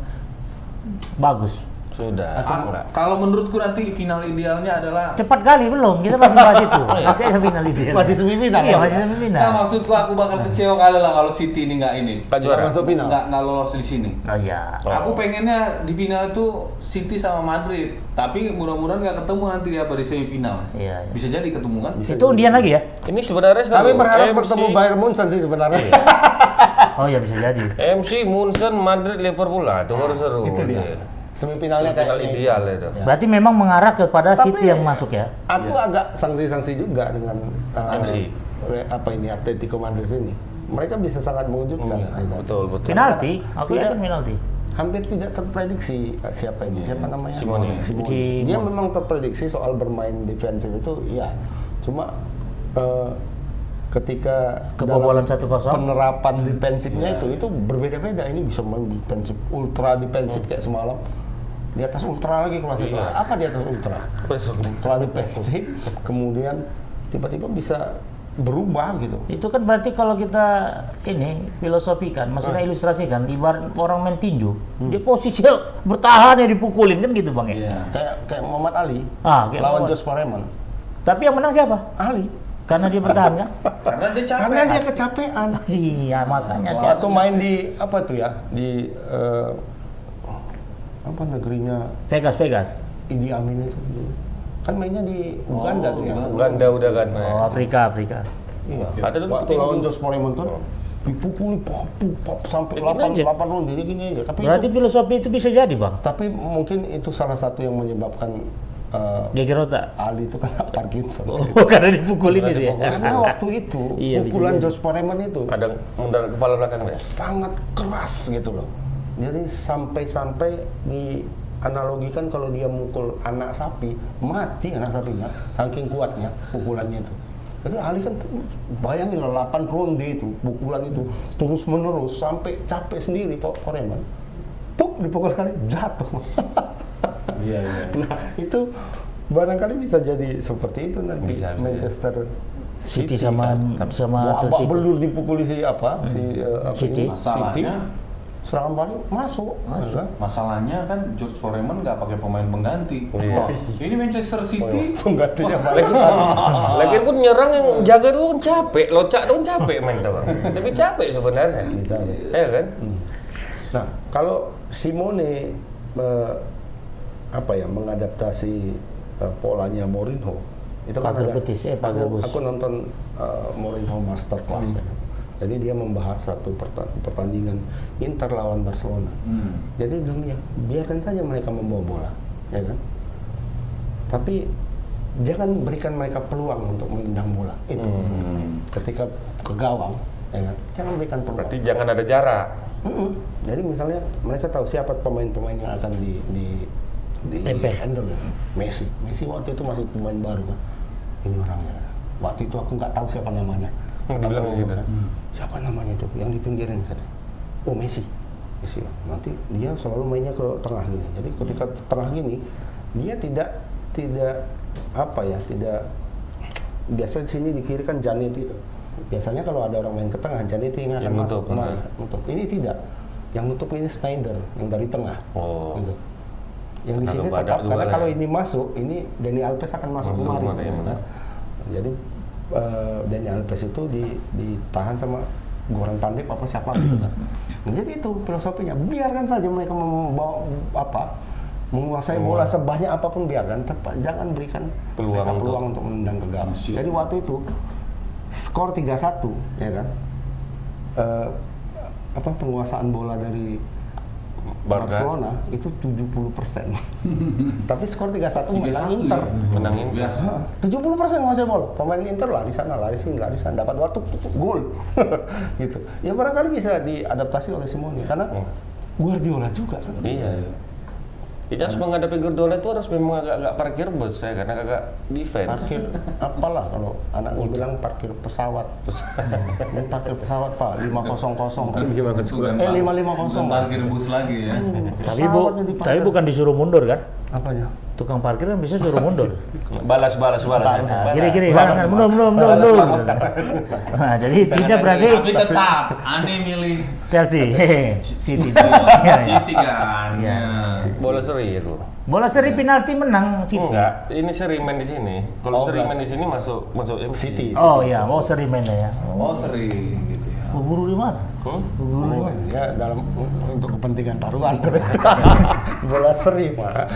bagus. Sudah. Ah, kalau menurutku nanti final idealnya adalah Cepat kali belum, kita masih bahas itu. Nanti ada final ideal. Masih semifinal, Iya ya? masih semifinal. Nah, maksudku aku bakal kecewa kali lah kalau City ini nggak ini. Pak juara. Masuk final. Nggak nggak lolos di sini. Oh iya. Oh. Aku pengennya di final itu City sama Madrid, tapi mudah-mudahan nggak ketemu nanti apa di semifinal. Iya, iya. Bisa jadi ketemu kan? Bisa Itu undian lagi ya? Ini sebenarnya Kami selalu berharap M C, bertemu Bayern Munchen sih sebenarnya. Oh iya bisa jadi. M C Munchen, Madrid, Liverpool lah itu baru seru. Itu dia. Semifinalnya Final kayak ideal itu. Berarti memang mengarah kepada Tapi- City yang masuk ya? Aku agak sanksi-sanksi juga dengan uh, M C. apa ini Atletico Madrid ini. Mereka bisa sangat mengejutkan. Iya, betul betul. Penalti, aku Tidak. yakin penalti. Hampir tidak terprediksi uh, siapa ini, siapa namanya? Simone. Simone. Simone. Dia memang terprediksi soal bermain defensif itu, iya. Cuma uh, ketika Kebobolan dalam satu kosong. penerapan defensifnya itu itu berbeda-beda. Ini bisa main defensif, ultra defensif kayak semalam. Di atas ultra lagi kelas itu. Iya. Apa di atas ultra? Ultra defensif, kemudian tiba-tiba bisa berubah gitu. Itu kan berarti kalau kita ini filosofikan, maksudnya ilustrasikan, ibarat orang main tinju, dia posisinya bertahan ya dipukulin kan gitu bang ya? Iya. Kayak kayak Muhammad Ali Ah, kayak lawan Muhammad. Josh Foreman. Tapi yang menang siapa? Ali. Karena dia bertahan kan? Karena dia capek. Karena dia kecapean. Iya makanya. Waktu main di apa tuh ya? Di eh, apa negerinya? Vegas, Vegas. Idi Amin itu. Kan mainnya di Uganda Oh, tuh ya. Uganda udah kan. Oh, Afrika, Afrika. Iya. Ada tuh Waktu tim- lawan Jos Foreman tuh dipukuli pop pop sampai delapan aja. delapan ronde jadi gini aja. Tapi Berarti itu, filosofi itu bisa jadi, Bang. tapi mungkin itu salah satu yang menyebabkan uh, Geger otak. Ali itu kena Parkinson. Oh, karena dipukulin itu ya. Karena waktu itu Iya, bisa pukulan jadi. Jos Foreman itu Ada mundur kepala belakang ya. sangat keras gitu loh. Jadi sampai-sampai dianalogikan kalau dia mukul anak sapi, mati anak sapinya, saking kuatnya pukulannya itu. Jadi Ali kan bayangin loh, delapan ronde itu, pukulan itu terus menerus sampai capek sendiri Pak Foreman. Puk, dipukul sekali jatuh. Iya, iya. Nah itu barangkali bisa jadi seperti itu nanti Bisa, bisa, Manchester City sama kan. sama Babak Atletico. belur dipukuli si apa si uh, apa City. ini, Masalahnya serangan balik masuk, masuk. Masalahnya kan George Foreman nggak pakai pemain pengganti. Iya. Wah, ini Manchester City Penggantinya balik. Lagian pun nyerang yang jaga tuh kan capek, locak tuh kan capek main tuh. Lebih capek sebenarnya. Bisa. Ya kan? Nah, kalau Simone eh, apa ya mengadaptasi eh, polanya Mourinho itu kan Pagar ada. betis, eh, pagar aku, bus. aku nonton eh, Mourinho Masterclass. ya. Jadi dia membahas satu perta- pertandingan Inter lawan Barcelona. Hmm. Jadi dunia biarkan saja mereka membawa bola, ya kan? Tapi jangan berikan mereka peluang untuk menendang bola itu. Hmm. Ketika ke gawang, ya kan? Jangan berikan peluang. Berarti jangan ada jarak. Mm-mm. Jadi misalnya mereka tahu siapa pemain-pemain yang akan di di, di Tempel. handle. Messi, Messi waktu itu masih pemain baru kan. Ini orangnya. Waktu itu aku nggak tahu siapa namanya. Hmm, dibilang Kata gitu. kan, siapa namanya itu yang di pinggirin katanya. Oh Messi. Messi. Nanti dia selalu mainnya ke tengah gini. Jadi ketika tengah gini dia tidak tidak apa ya tidak biasa di sini di kiri kan Zanetti. Biasanya kalau ada orang main ke tengah, Zanetti yang akan Yang masuk. nutup, Nah, nah. nutup. Ini tidak. Yang nutup ini Snyder yang dari tengah. Oh. Gitu. Yang di Karena sini badak tetap dua karena lah kalau ya. ini masuk, ini Dani Alves akan masuk, Masuk kemari. kemari, ya, gitu benar. kan. Jadi eh, Dani Alves itu di, ditahan sama Goran Pandev apa siapa gitu kan. Nah, jadi itu filosofinya. Biarkan saja mereka membawa apa menguasai bola sebanyak apapun biarkan, tapi jangan berikan Peluang mereka untuk- peluang untuk menendang ke gawang. Masuk. Jadi waktu itu skor tiga satu ya kan. Eh, apa penguasaan bola dari Barca. Barcelona itu tujuh puluh persen. Tapi skor tiga satu menang Inter. Menang Inter. Biasa. tujuh puluh persen menguasai bola. Pemain Inter lari sana, lari sini, lari sana, dapat waktu gol. Gitu. Ya barangkali bisa diadaptasi oleh Simone karena Guardiola juga kan. Iya. Jadi harus menghadapi Guardiola itu harus memang agak-agak parkir bus ya, karena agak defense. Parkir apalah kalau anak gue bilang parkir pesawat. Ini parkir pesawat Pak lima kosong kosong. Gimana Eh lima lima kosong. Bukan parkir bus lagi ya. Tapi bu, tapi bukan disuruh mundur kan? Apanya? Tukang parkir kan bisa suruh mundur. Balas, balas, balas. Nah, kiri-kiri kan, kan, mundur, mundur, mundur, mundur. Nah, jadi tidak berarti Tapi tetap aneh milih Chelsea, City. City kan. Iya. Ya. Bola seri aku. Bola seri penalti menang City. Enggak, ini seri main di sini. Kalau Oh, seri enggak. main di sini masuk masuk M C. City. Oh iya, oh seri mainnya ya. Oh sering gitu ya. Buru di mana? Hmm? Oh, ya dalam untuk kepentingan taruhan. Bola seri Pak.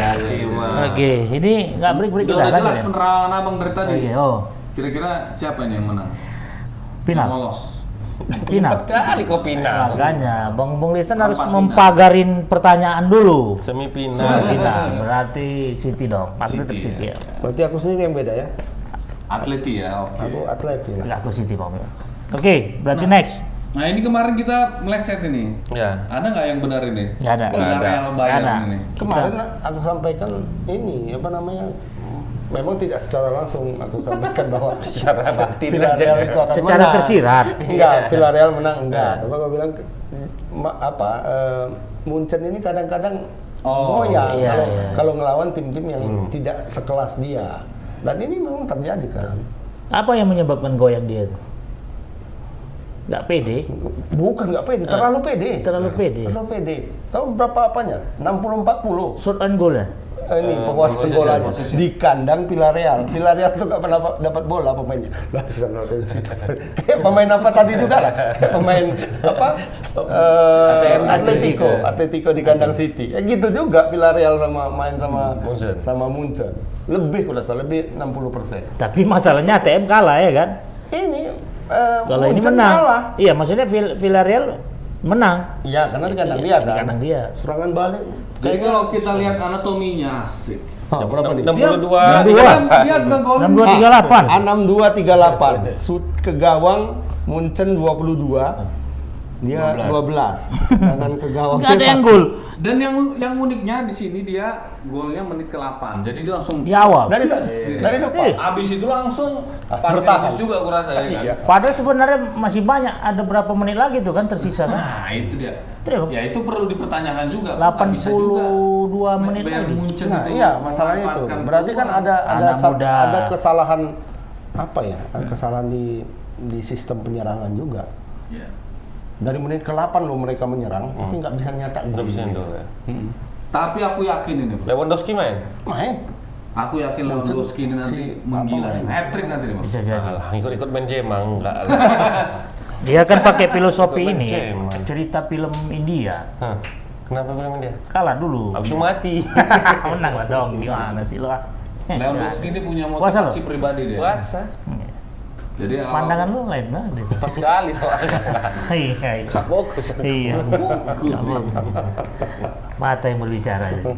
Oke, ini nggak break-break Udah kita udah lagi jelas ya? penerawangan abang dari tadi. Oke, oh, Kira-kira siapa nih yang menang? final. Yang lolos. Final. Empat kali kau pindah. Makanya, Bang Bung Liston harus Empat final. mempagarin pertanyaan dulu. Semifinal. Final, berarti City dong. Pasti tetap City, City ya. Berarti aku sendiri yang beda ya. Atleti ya, oke. Aku atlet ya. Enggak, aku City Bang. Oke, berarti next. Nah ini kemarin kita meleset ini. Ya. Ada nggak yang benar ini? Nggak ada. Nggak ada. Yang bayar Nggak ada. ini. Kemarin aku sampaikan ini apa namanya? Memang tidak secara langsung aku sampaikan bahwa Secara batin Villarreal aja. itu akan Secara menang. tersirat. Enggak, Villarreal menang enggak. Tapi aku bilang ma- apa eh, Munchen ini kadang-kadang Oh, goyang iya, kalau iya. kalau ngelawan tim-tim yang tidak sekelas dia. Dan ini memang terjadi kan. Apa yang menyebabkan goyang dia? Nggak pede, Bukan nggak pede, terlalu pede. terlalu pede. Terlalu pede. Tahu berapa apanya? enam puluh empat puluh. Shot on goal ya? eh, ini penguasaan posisi, bolanya posisi. di kandang Villarreal. Villarreal tuh nggak pernah dapat bola pemainnya. Lah sana kayak pemain apa tadi juga lah. Kayak pemain apa? Eh, Atletico, Atletico di kandang City. Ya gitu juga Villarreal sama main sama Munchen. sama Munchen. Lebih udah salah lebih enam puluh persen. Tapi masalahnya A T M kalah ya kan? Ini eh, Kalau ini Munchen menang. kalah. Iya, maksudnya Vill- Villarreal menang. Iya, karena di kandang Iya, dia di kan. kandang dia. Serangan balik. Jadi kalau kita lihat anatominya asik. Oh, berapa nih? enam puluh dua. enam puluh dua. Dia udah gol. enam dua tiga delapan. enam dua tiga delapan. Shoot ke gawang Munchen dua puluh dua. Dia dua belas. Tangan ke gawang. Enggak ada yang gol Dan yang yang uniknya di sini dia golnya menit ke delapan. Jadi dia langsung di awal. Dari dari depan. Eh. Abis itu langsung bertahan. bertahan juga aku rasa ya kan. Iya. Padahal sebenarnya masih banyak, ada berapa menit lagi tuh kan tersisa kan? Nah, itu dia. Iya. Ya itu perlu dipertanyakan juga. delapan Nggak bisa juga puluh dua menit Bayern lagi. Munchen Nah, itu iya masalahnya itu. memanfaatkan Berarti kan peluang. ada ada Anak sa- muda. ada kesalahan apa ya? Kesalahan di di sistem penyerangan juga. Ya. Dari menit ke delapan loh mereka menyerang, tapi nggak bisa nyetak gol. Nggak bisa nyetak, ya. Hmm. Tapi aku yakin ini, Bro. Lewandowski main? Main. Aku yakin Lewandowski ini nanti si- menggila apa, nih. Hat-trick nanti nih, Bro. Bisa jadi. Alah, ikut-ikut Benzema enggak. Dia kan pakai filosofi Ikut ini, Benzema. cerita film India. Hah, kenapa bilang dia? Kalah dulu. Habis itu mati. Menang lah dong, gimana sih lo? Lewandowski ini punya Puasa motivasi lo? pribadi dia. Puasa. Jadi apa- Pandangan lu lain banget. Pas sekali soalnya. Iya, iya. Gak fokus. Iya. Fokus sih. Mata yang berbicara. Iya.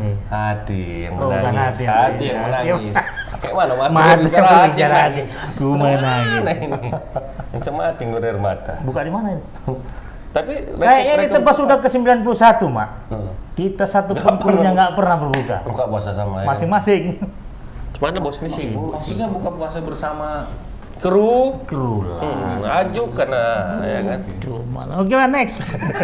Hati yang Oh, bukan menangis. hati Hati, yang yang berbicara. menangis. Kayak mana mata, Mata yang berbicara, berbicara hati. menangis. Gue menangis. Mana ini? Macam mati ngeluar air mata. Buka di mana ini? Tapi Kayaknya ini tebas sudah ke sembilan puluh satu, Mak. Hmm. Kita satu pun krunya nggak pernah berbuka. buka puasa sama ya. Masing-masing. Cuman bos ini sibuk. Maksudnya buka puasa bersama Kru. Kru lah. Hmm, ajuk karena ya kan. Cuma. Oke lah, next.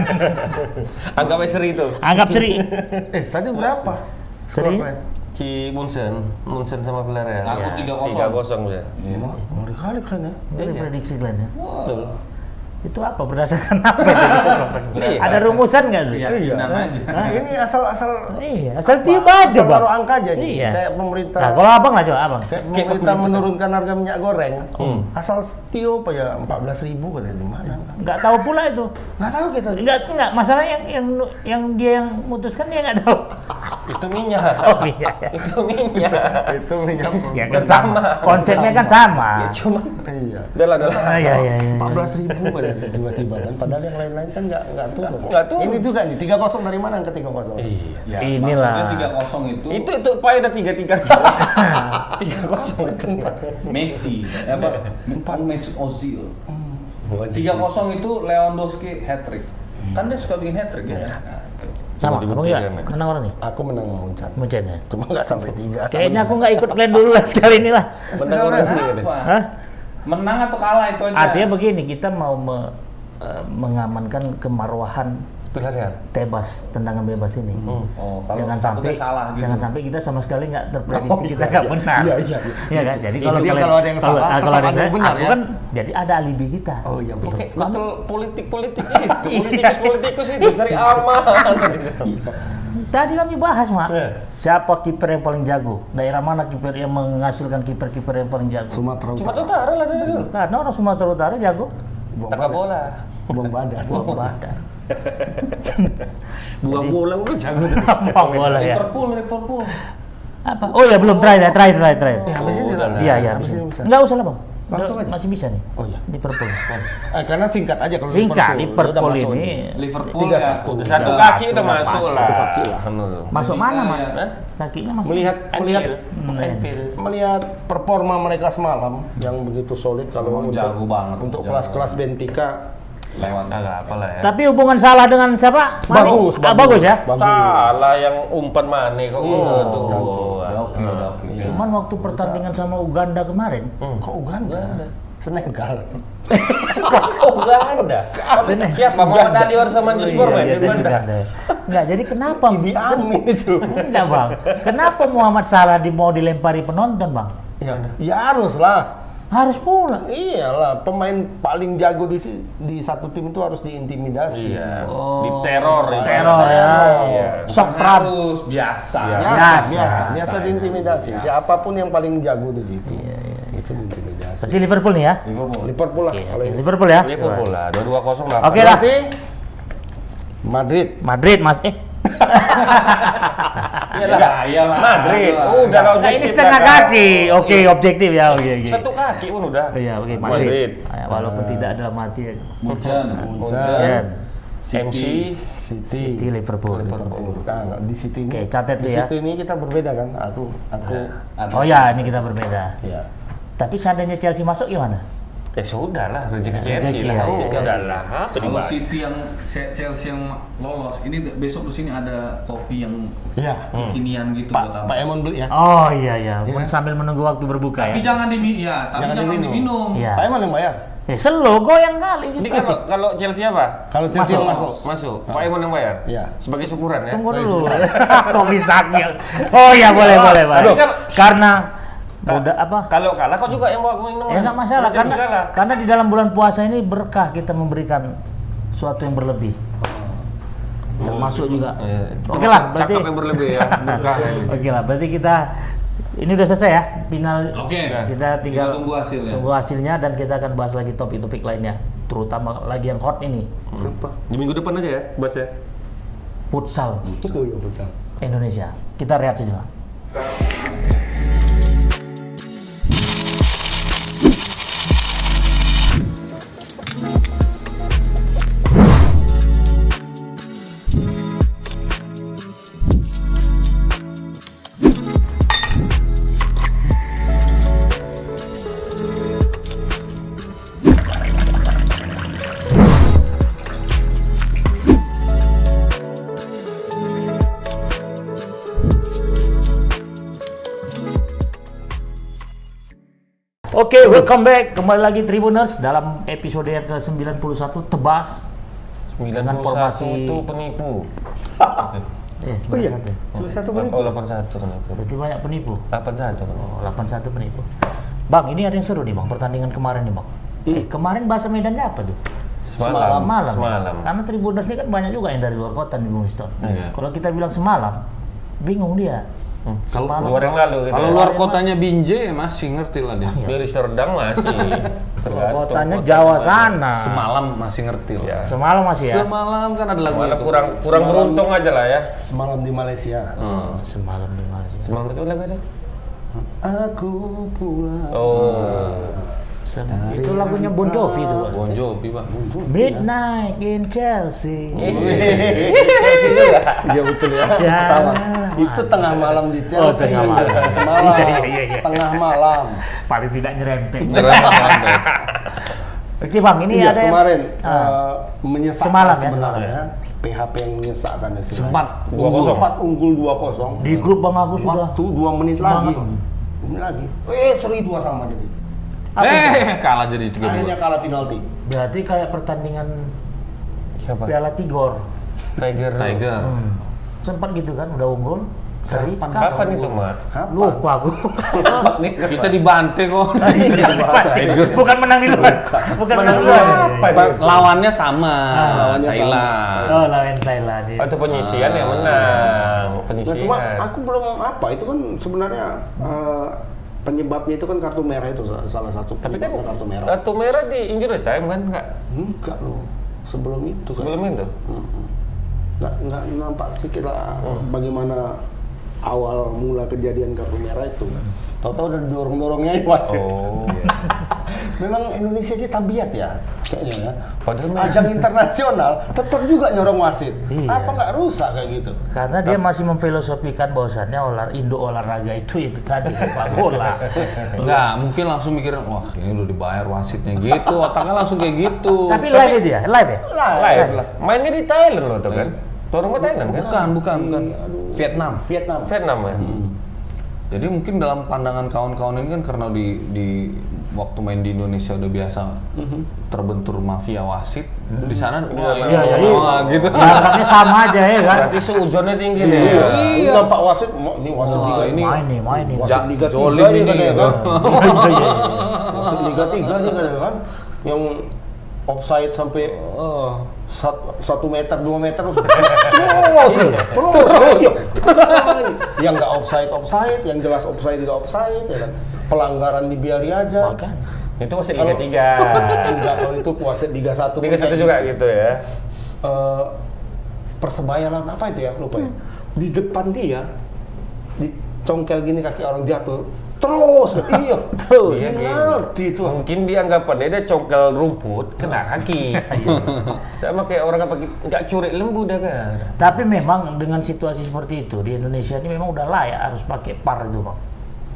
Anggap aja seri itu. Anggap seri. Eh, tadi berapa? Seri. Skor, Pak? Ci Munchen, Munchen sama Villarreal. Aku tiga kosong. tiga kosong ya. Wah, ngeri kali keren ya. Dari prediksi kalian ya. Betul. Itu apa? Berdasarkan apa itu? Iya. Ada rumusan nggak sih? keyakinan Iya. aja. Nah, ini asal-asal Iya, asal tiba aja, asal Bang. taruh angka aja nih. Iya. Kayak pemerintah Nah, kalau abang lah coba, abang. kayak pemerintah menurunkan harga minyak goreng. Asal tiup aja empat belas ribu kan di mana? Nggak tahu pula itu. Nggak tahu kita. Nggak, nggak. Masalah yang yang yang dia yang mutuskan dia nggak tahu. Itu minyak. Oh iya. Itu minyak. Itu minyak. Ya kan sama. Konsepnya kan sama. Ya cuma Iya. udah lah, udah lah. Ah, iya, iya, iya. empat belas ribu kan tiba-tiba kan. Padahal yang lain-lain kan nggak nggak turun. Nggak turun. Ini juga nih tiga kosong dari mana ke tiga kosong? Iya. Ya, Inilah. maksudnya tiga kosong itu, Itu itu Pak ada tiga tiga. Tiga kosong itu. Messi, eh, apa? Empat Mesut Ozil. Tiga kosong itu Lewandowski hat-trick. Kan dia suka bikin hat-trick ya. Nah, itu. Sama, Cuma abang ya. dibuktikan, ya. Menang orang nih. Aku menang Munchen. Munchen ya. Cuma nggak sampai tiga. Kayaknya aku nggak ikut plan dulu lah sekali ini lah. Menang orang ini kan. Apa? Hah? Menang atau kalah itu aja. Artinya begini, kita mau me- eh, mengamankan kemarwahan Villarreal. tebas, tendangan bebas ini. Oh, kalau Jangan takutnya sampai salah gitu. jangan sampai kita sama sekali nggak terprediksi kita nggak benar. Iya, iya, iya. Iya kan? Jadi Itu kalau dia kalian- kalau ada yang kalau- salah, ah, kalau tetap ada ada yang yang benar, aku ya? kan jadi ada alibi kita. Oh iya betul. Oke, betul politik-politik itu, politikus-politikus itu cari aman. Tadi kami bahas, Mak. Iya. Siapa kiper yang paling jago? Daerah mana kiper yang menghasilkan kiper-kiper yang paling jago? Sumatera Cuma Utara. utara lah dulu. Karena orang Sumatera Utara jago Tangkap bola. Buang badan. buang badan. Buang bola udah jago. Buang bola ya. Liverpool, Liverpool. Apa? Oh ya belum terakhir, terakhir, terakhir, terakhir. Ya, habis ini lah. Iya, iya, Habis habis ini ini. bisa. Enggak usah lah, Bang. Langsung Udah, aja? Masih bisa nih. Oh iya. Liverpool. Eh, karena singkat aja kalau Singkat, Udah Liverpool masuk ini nih. Liverpool Tiga ya. satu. Udah satu Udah kaki satu udah lah, masuk pasti. lah. Kaki lah. Anu. Masuk mana, Mak? ya. Kakinya masuk. Melihat melihat Hmm, Anfield. melihat performa mereka semalam yang begitu solid kalau Memang untuk jago banget. untuk Jago. kelas-kelas Benfica Lewat. Agak apalah ya. Tapi hubungan salah dengan siapa? Mane? bagus, Ah, bagus ya. Salah yang umpan Mane kok. Iya, Aduh. cantik. Udah oke, udah oke. Cuman waktu pertandingan sama Uganda kemarin, Kok Uganda? Senegal. Oh, enggak ada. Siapa Muhammad Ali Warsa Manjusbor main di Uganda? Enggak, jadi kenapa? Idi Amin itu. Enggak, Bang. Kenapa Muhammad Salah di mau dilempari penonton, Bang? Ya, ya harus lah. Harus pula. Iyalah, pemain paling jago di si- di satu tim itu harus diintimidasi. Iya. Oh, Di teror, ya. teror ya. Iya. Sok Bukan pram. harus biasa. Biasa, Biasa. biasa, biasa diintimidasi. Siapapun yang paling jago di situ, Iya, itu diintimidasi. Berarti Liverpool nih ya. Liverpool. Liverpool lah. Oke, kalau oke, ini. Liverpool ya. Liverpool lah, dua dua kosong lah. Oke lah. Berarti Madrid. Madrid Mas. Eh, Iyalah, iyalah. Madrid. Udah lah, nah, objektif ini setengah lah, Kak. kaki. Oke, objektif ya. Oke, oke. Satu kaki pun udah. Iya, oke, Madrid. Madrid. Ah, walaupun tidak dalam arti Munchen. Munchen. M C City. City Liverpool. Liverpool. Nah, di City ini. Oke, catat di tuh ya. situ ini kita berbeda kan? Aku, aku. Oh ya, ini kita berbeda. Ya. Tapi seandainya Chelsea masuk gimana? Ya sudah lah, rezeki Rezeki Chelsea ya, lah. rezeki Oh, Chelsea. udah lah. Apa Kalau dibahas? City yang Chelsea yang lolos, ini besok di sini ada kopi yang Iya. kekinian gitu Pak buat apa. Pak Emon beli ya. Oh iya iya, Iya kan? sambil menunggu waktu berbuka Tapi ya. jangan dimi, ya, tapi Jangan jangan, diminum. diminum. Iya. Pak Emon yang bayar. Eh, selo goyang kali gitu. Ini kalau kalau Chelsea apa? Kalau Chelsea yang masuk. Masuk. Pak Emon yang bayar? Iya. Sebagai syukuran ya? Tunggu dulu. Kok bisa ngel? Oh iya boleh boleh Pak. Aduh, kan- Karena udah apa? Kalau kalah kau juga yang bawa minum. Ya nggak masalah Kalau Chelsea karena kalah. karena di dalam bulan puasa ini berkah kita memberikan suatu yang berlebih. Termasuk juga. Iya. Oke lah, Termasuk berarti cakap yang berlebih ya. Berkah ini. Oke lah, berarti kita ini udah selesai ya final. Oke. Kita tinggal Kita tunggu hasilnya. Tunggu hasilnya dan kita akan bahas lagi topik-topik lainnya, terutama lagi yang hot ini, Kenapa? Di minggu depan aja ya, Bas ya. futsal Oh iya futsal. Indonesia. Kita rehat sejenak. Oke, welcome back. Kembali lagi Tribuners dalam episode yang ke sembilan puluh satu Tebas. sembilan Dengan puluh formasi- satu itu penipu. Eh, Oh iya. sembilan puluh satu. Sudah satu Oh, menit. delapan puluh satu penipu. Berarti banyak penipu. delapan puluh satu penipu. Oh, delapan puluh satu penipu. Bang, ini ada yang seru nih, Bang. Pertandingan kemarin nih, Bang. Eh, kemarin bahasa Medannya apa tuh? Semalam. Semalam. Semalam. Karena Tribuners ini kan banyak juga yang dari luar kota nih, Bung Iston. Iya. Kalau kita bilang semalam, bingung dia. Hmm. Kalau Semalam. Luar yang lalu gitu. kalau ya. luar kotanya Binjai ya masih ngerti lah dia. Dari Serdang masih. Tergantung Kotanya kota Jawa mana. sana. Semalam masih ngerti lah. Ya. Semalam masih ya? Semalam kan ada lagu Semalam itu. kurang kurang Semalam. beruntung aja lah ya. Semalam di Malaysia. Hmm. Semalam di mana? Semalam itu lagu aja. Aku pulang. Oh. Sem- Itu lagunya Bon Jovi itu, Bang. Bon Jovi, Pak. Midnight in Chelsea. Chelsea juga. Iya betul ya. Ya. Sama. Itu tengah malam di Chelsea. Oh, tengah malam. Bukan semalam. Iya, iya, iya. Tengah malam. Paling tidak nyerempet. Nyerempet. Oke Bang, ini Iya ada yang- kemarin Ah. eh, menyesakkan Semalam ya, sebenarnya. P H P yang menyesakkan ya sebenarnya. Sempat dua kosong. Sempat unggul dua kosong. di grup Bang Agus sudah. Waktu dua menit Semangat, lagi. Bang. Dua menit lagi. Eh seri dua sama jadi. Apa itu? Eh, kalah jadi tiga Akhirnya dua. kalah penalti. Berarti kayak pertandingan Siapa? Piala Tigor. Tiger. Tiger. Hmm. Sempat gitu kan, udah unggul. Seri. Kapan? Kapan itu, Mat? Kapan? Lupa aku. Kita dibantai kok. Tiger. Bukan menang di luar. Bukan menang di luar. Apa itu? Lawannya sama. lawannya sama. Thailand. Oh, lawan Thailand. ya. Atau penyisian yang menang. Nah, Penyisian. cuma aku belum apa itu kan sebenarnya eh, penyebabnya itu kan kartu merah itu sa- salah satu Tapi kan penyebabnya kartu merah. kartu merah di injury time kan enggak? Enggak loh. Sebelum itu kan. Sebelum itu. Mm-mm. Nggak, nggak nampak sedikit lah bagaimana awal mula kejadian kartu merah itu. Tahu-tahu udah dorong-dorongnya ya wasit. Oh. Memang Indonesia ini tabiat ya, kayaknya ya. Padahal memang- Ajang internasional tetap juga nyorong wasit. Iya. Apa nggak rusak kayak gitu? Karena dia masih memfilosofikan bahwasannya olah Indo olahraga itu itu tadi sepak bola. Enggak, mungkin langsung mikirin, wah ini udah dibayar wasitnya gitu, otaknya langsung kayak gitu. Tapi live itu ya, live ya. Live lah. Mainnya di Thailand loh tuh kan. Tuan rumah Thailand kan? Bukan, bukan, bukan. Vietnam. Vietnam. Vietnam ya. Jadi mungkin dalam pandangan kawan-kawan ini kan karena di di waktu main di Indonesia udah biasa terbentur mafia wasit, di sana wah ini Iya, jadi wah, gitu. dianggapnya sama aja ya kan. Berarti seujonnya tinggi nih. Iya. Ya. Ini nampak wasit, ini wasit Wah, Liga ini Main nih, main nih. wasit Ja- Liga tiga Jolim ini ini, kan ya gitu. kan. Iya, iya, iya. Wasit Liga tiga ini kan ya kan. Yang offside sampai Oh. sat- satu meter, dua meter terus terus terus ayo. Yang nggak offside offside, yang jelas offside nggak offside ya kan. Pelanggaran dibiari aja. Itu wasit Kalau- Liga tiga. Enggak, kalau itu wasit Liga satu. Liga satu juga gitu ya. Eh, Persebaya lawan apa itu ya, lupa ya. Di depan dia dicongkel gini kaki orang jatuh. Terus, iya, terus. Dia Penalti itu. Mungkin dia anggapannya dia congkel rumput kena kaki. Sama kayak orang apa nggak curi lembu dah kan. Tapi memang dengan situasi seperti itu di Indonesia ini memang udah layak harus pakai P A R itu, Bang.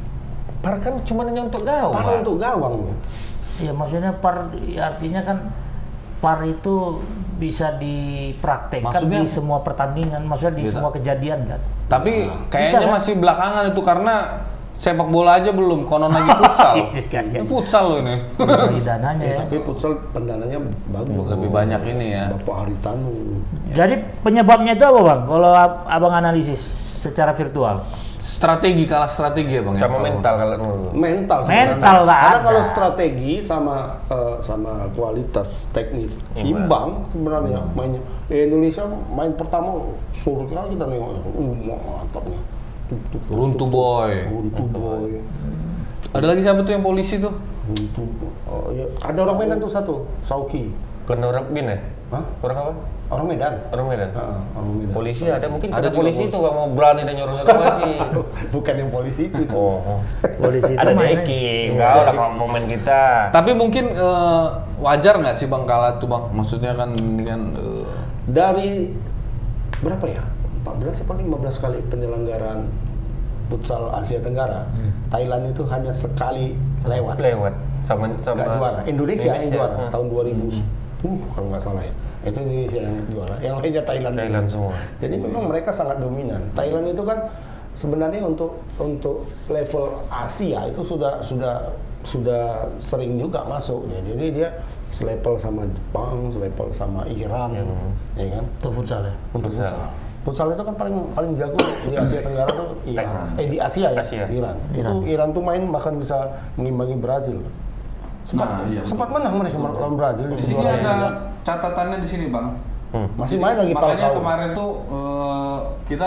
P A R kan cuma hanya untuk gawang. Parah untuk gawang. Iya, maksudnya P A R ya artinya kan P A R itu bisa dipraktekkan Maksudnya- di semua pertandingan, maksudnya di Gitu. semua kejadian kan. Tapi Bisa, kayaknya kan? masih belakangan itu karena sepak bola aja belum, konon lagi futsal. Iya, iya. Ini futsal loh ini. Dari dananya Ya, ya. tapi futsal pendananya bagus. Lebih banyak ini ya. Bapak Haritanu. Jadi penyebabnya itu apa, Bang? Kalau ab- Abang analisis secara virtual. Strategi kalah strategi ya bang. ya? Sama Kalau- mental kalau menurut. Mental sebenarnya. Mental lah Karena ada. kalau strategi sama eh, sama kualitas teknis imbang sebenarnya mainnya. Eh, Indonesia main pertama suruh kali kita nengoknya. Uh, mantapnya. Tuk, tuk, tuk, Runtuh tuk, tuk. boy. Runtuh boy. Ada lagi siapa tuh yang polisi tuh? Runtuh. Oh, iya. Ada orang Medan tuh satu, Sauki. Bukan orang bin ya? Hah? Orang apa? Orang Medan. Orang Medan. Heeh, orang Medan. Polisi ada mungkin Ada ada juga polisi polisi. itu bang mau berani dan nyuruh-nyuruh polisi. Bukan yang polisi itu. itu. Oh, oh. Polisi itu Ada mainnya- Deki, enggak lah kalau pemain kita. Tapi mungkin eh, wajar nggak sih bang kalah tuh bang? Maksudnya kan ini kan eh, Dari berapa ya? empat belas atau lima belas kali penyelenggaraan futsal Asia Tenggara, Thailand itu hanya sekali lewat. Lewat sama sama Nggak juara. Indonesia, yang juara Hmm. tahun dua ribu sepuluh kalau nggak salah ya. Itu Indonesia yang juara. Yang lainnya Thailand. Thailand semua. Jadi memang mereka sangat dominan. Thailand itu kan sebenarnya untuk untuk level Asia itu sudah sudah sudah sering juga masuk. Ya. Jadi dia selevel sama Jepang, selevel sama Iran, ya kan? Itu futsal ya. Untuk Futsal. futsal. Futsal itu kan paling paling jago di Asia Tenggara tuh Iran. Eh di Asia ya, Asia. Iran. Iran. Itu Iran tuh main bahkan bisa mengimbangi Brazil. Sempat Nah, iya, sempat menang mereka lawan Brazil di di sini kejuaraan ada dunia. catatannya di sini bang. Masih main lagi Makanya Falcao. kemarin tuh eh, kita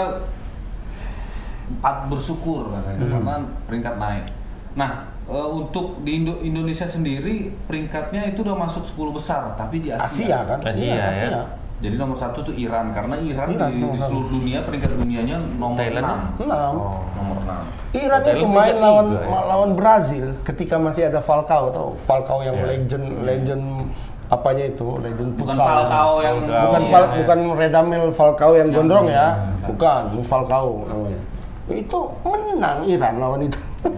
empat bersyukur katanya karena peringkat naik. Nah eh, untuk di Indo- Indonesia sendiri peringkatnya itu udah masuk sepuluh besar, tapi di Asia. Asia kan? Asia, Iya, ya. Asia. Jadi nomor satu tuh Iran karena Iran, Iran di, nomor di satu. seluruh dunia peringkat dunianya nomor Thailand enam. Enam. Nomor enam. Iran Thailand itu peringkat main tiga, lawan ya. lawan Brazil ketika masih ada Falcao atau Falcao yang Ya. legend legend apanya itu legend Bukan futsal. Falcao yang Falcao. bukan iya, Fal- iya. bukan Radamel Falcao yang Yang gondrong ini, ya, bukan. bukan, ini Falcao namanya. Itu menang Iran lawan itu.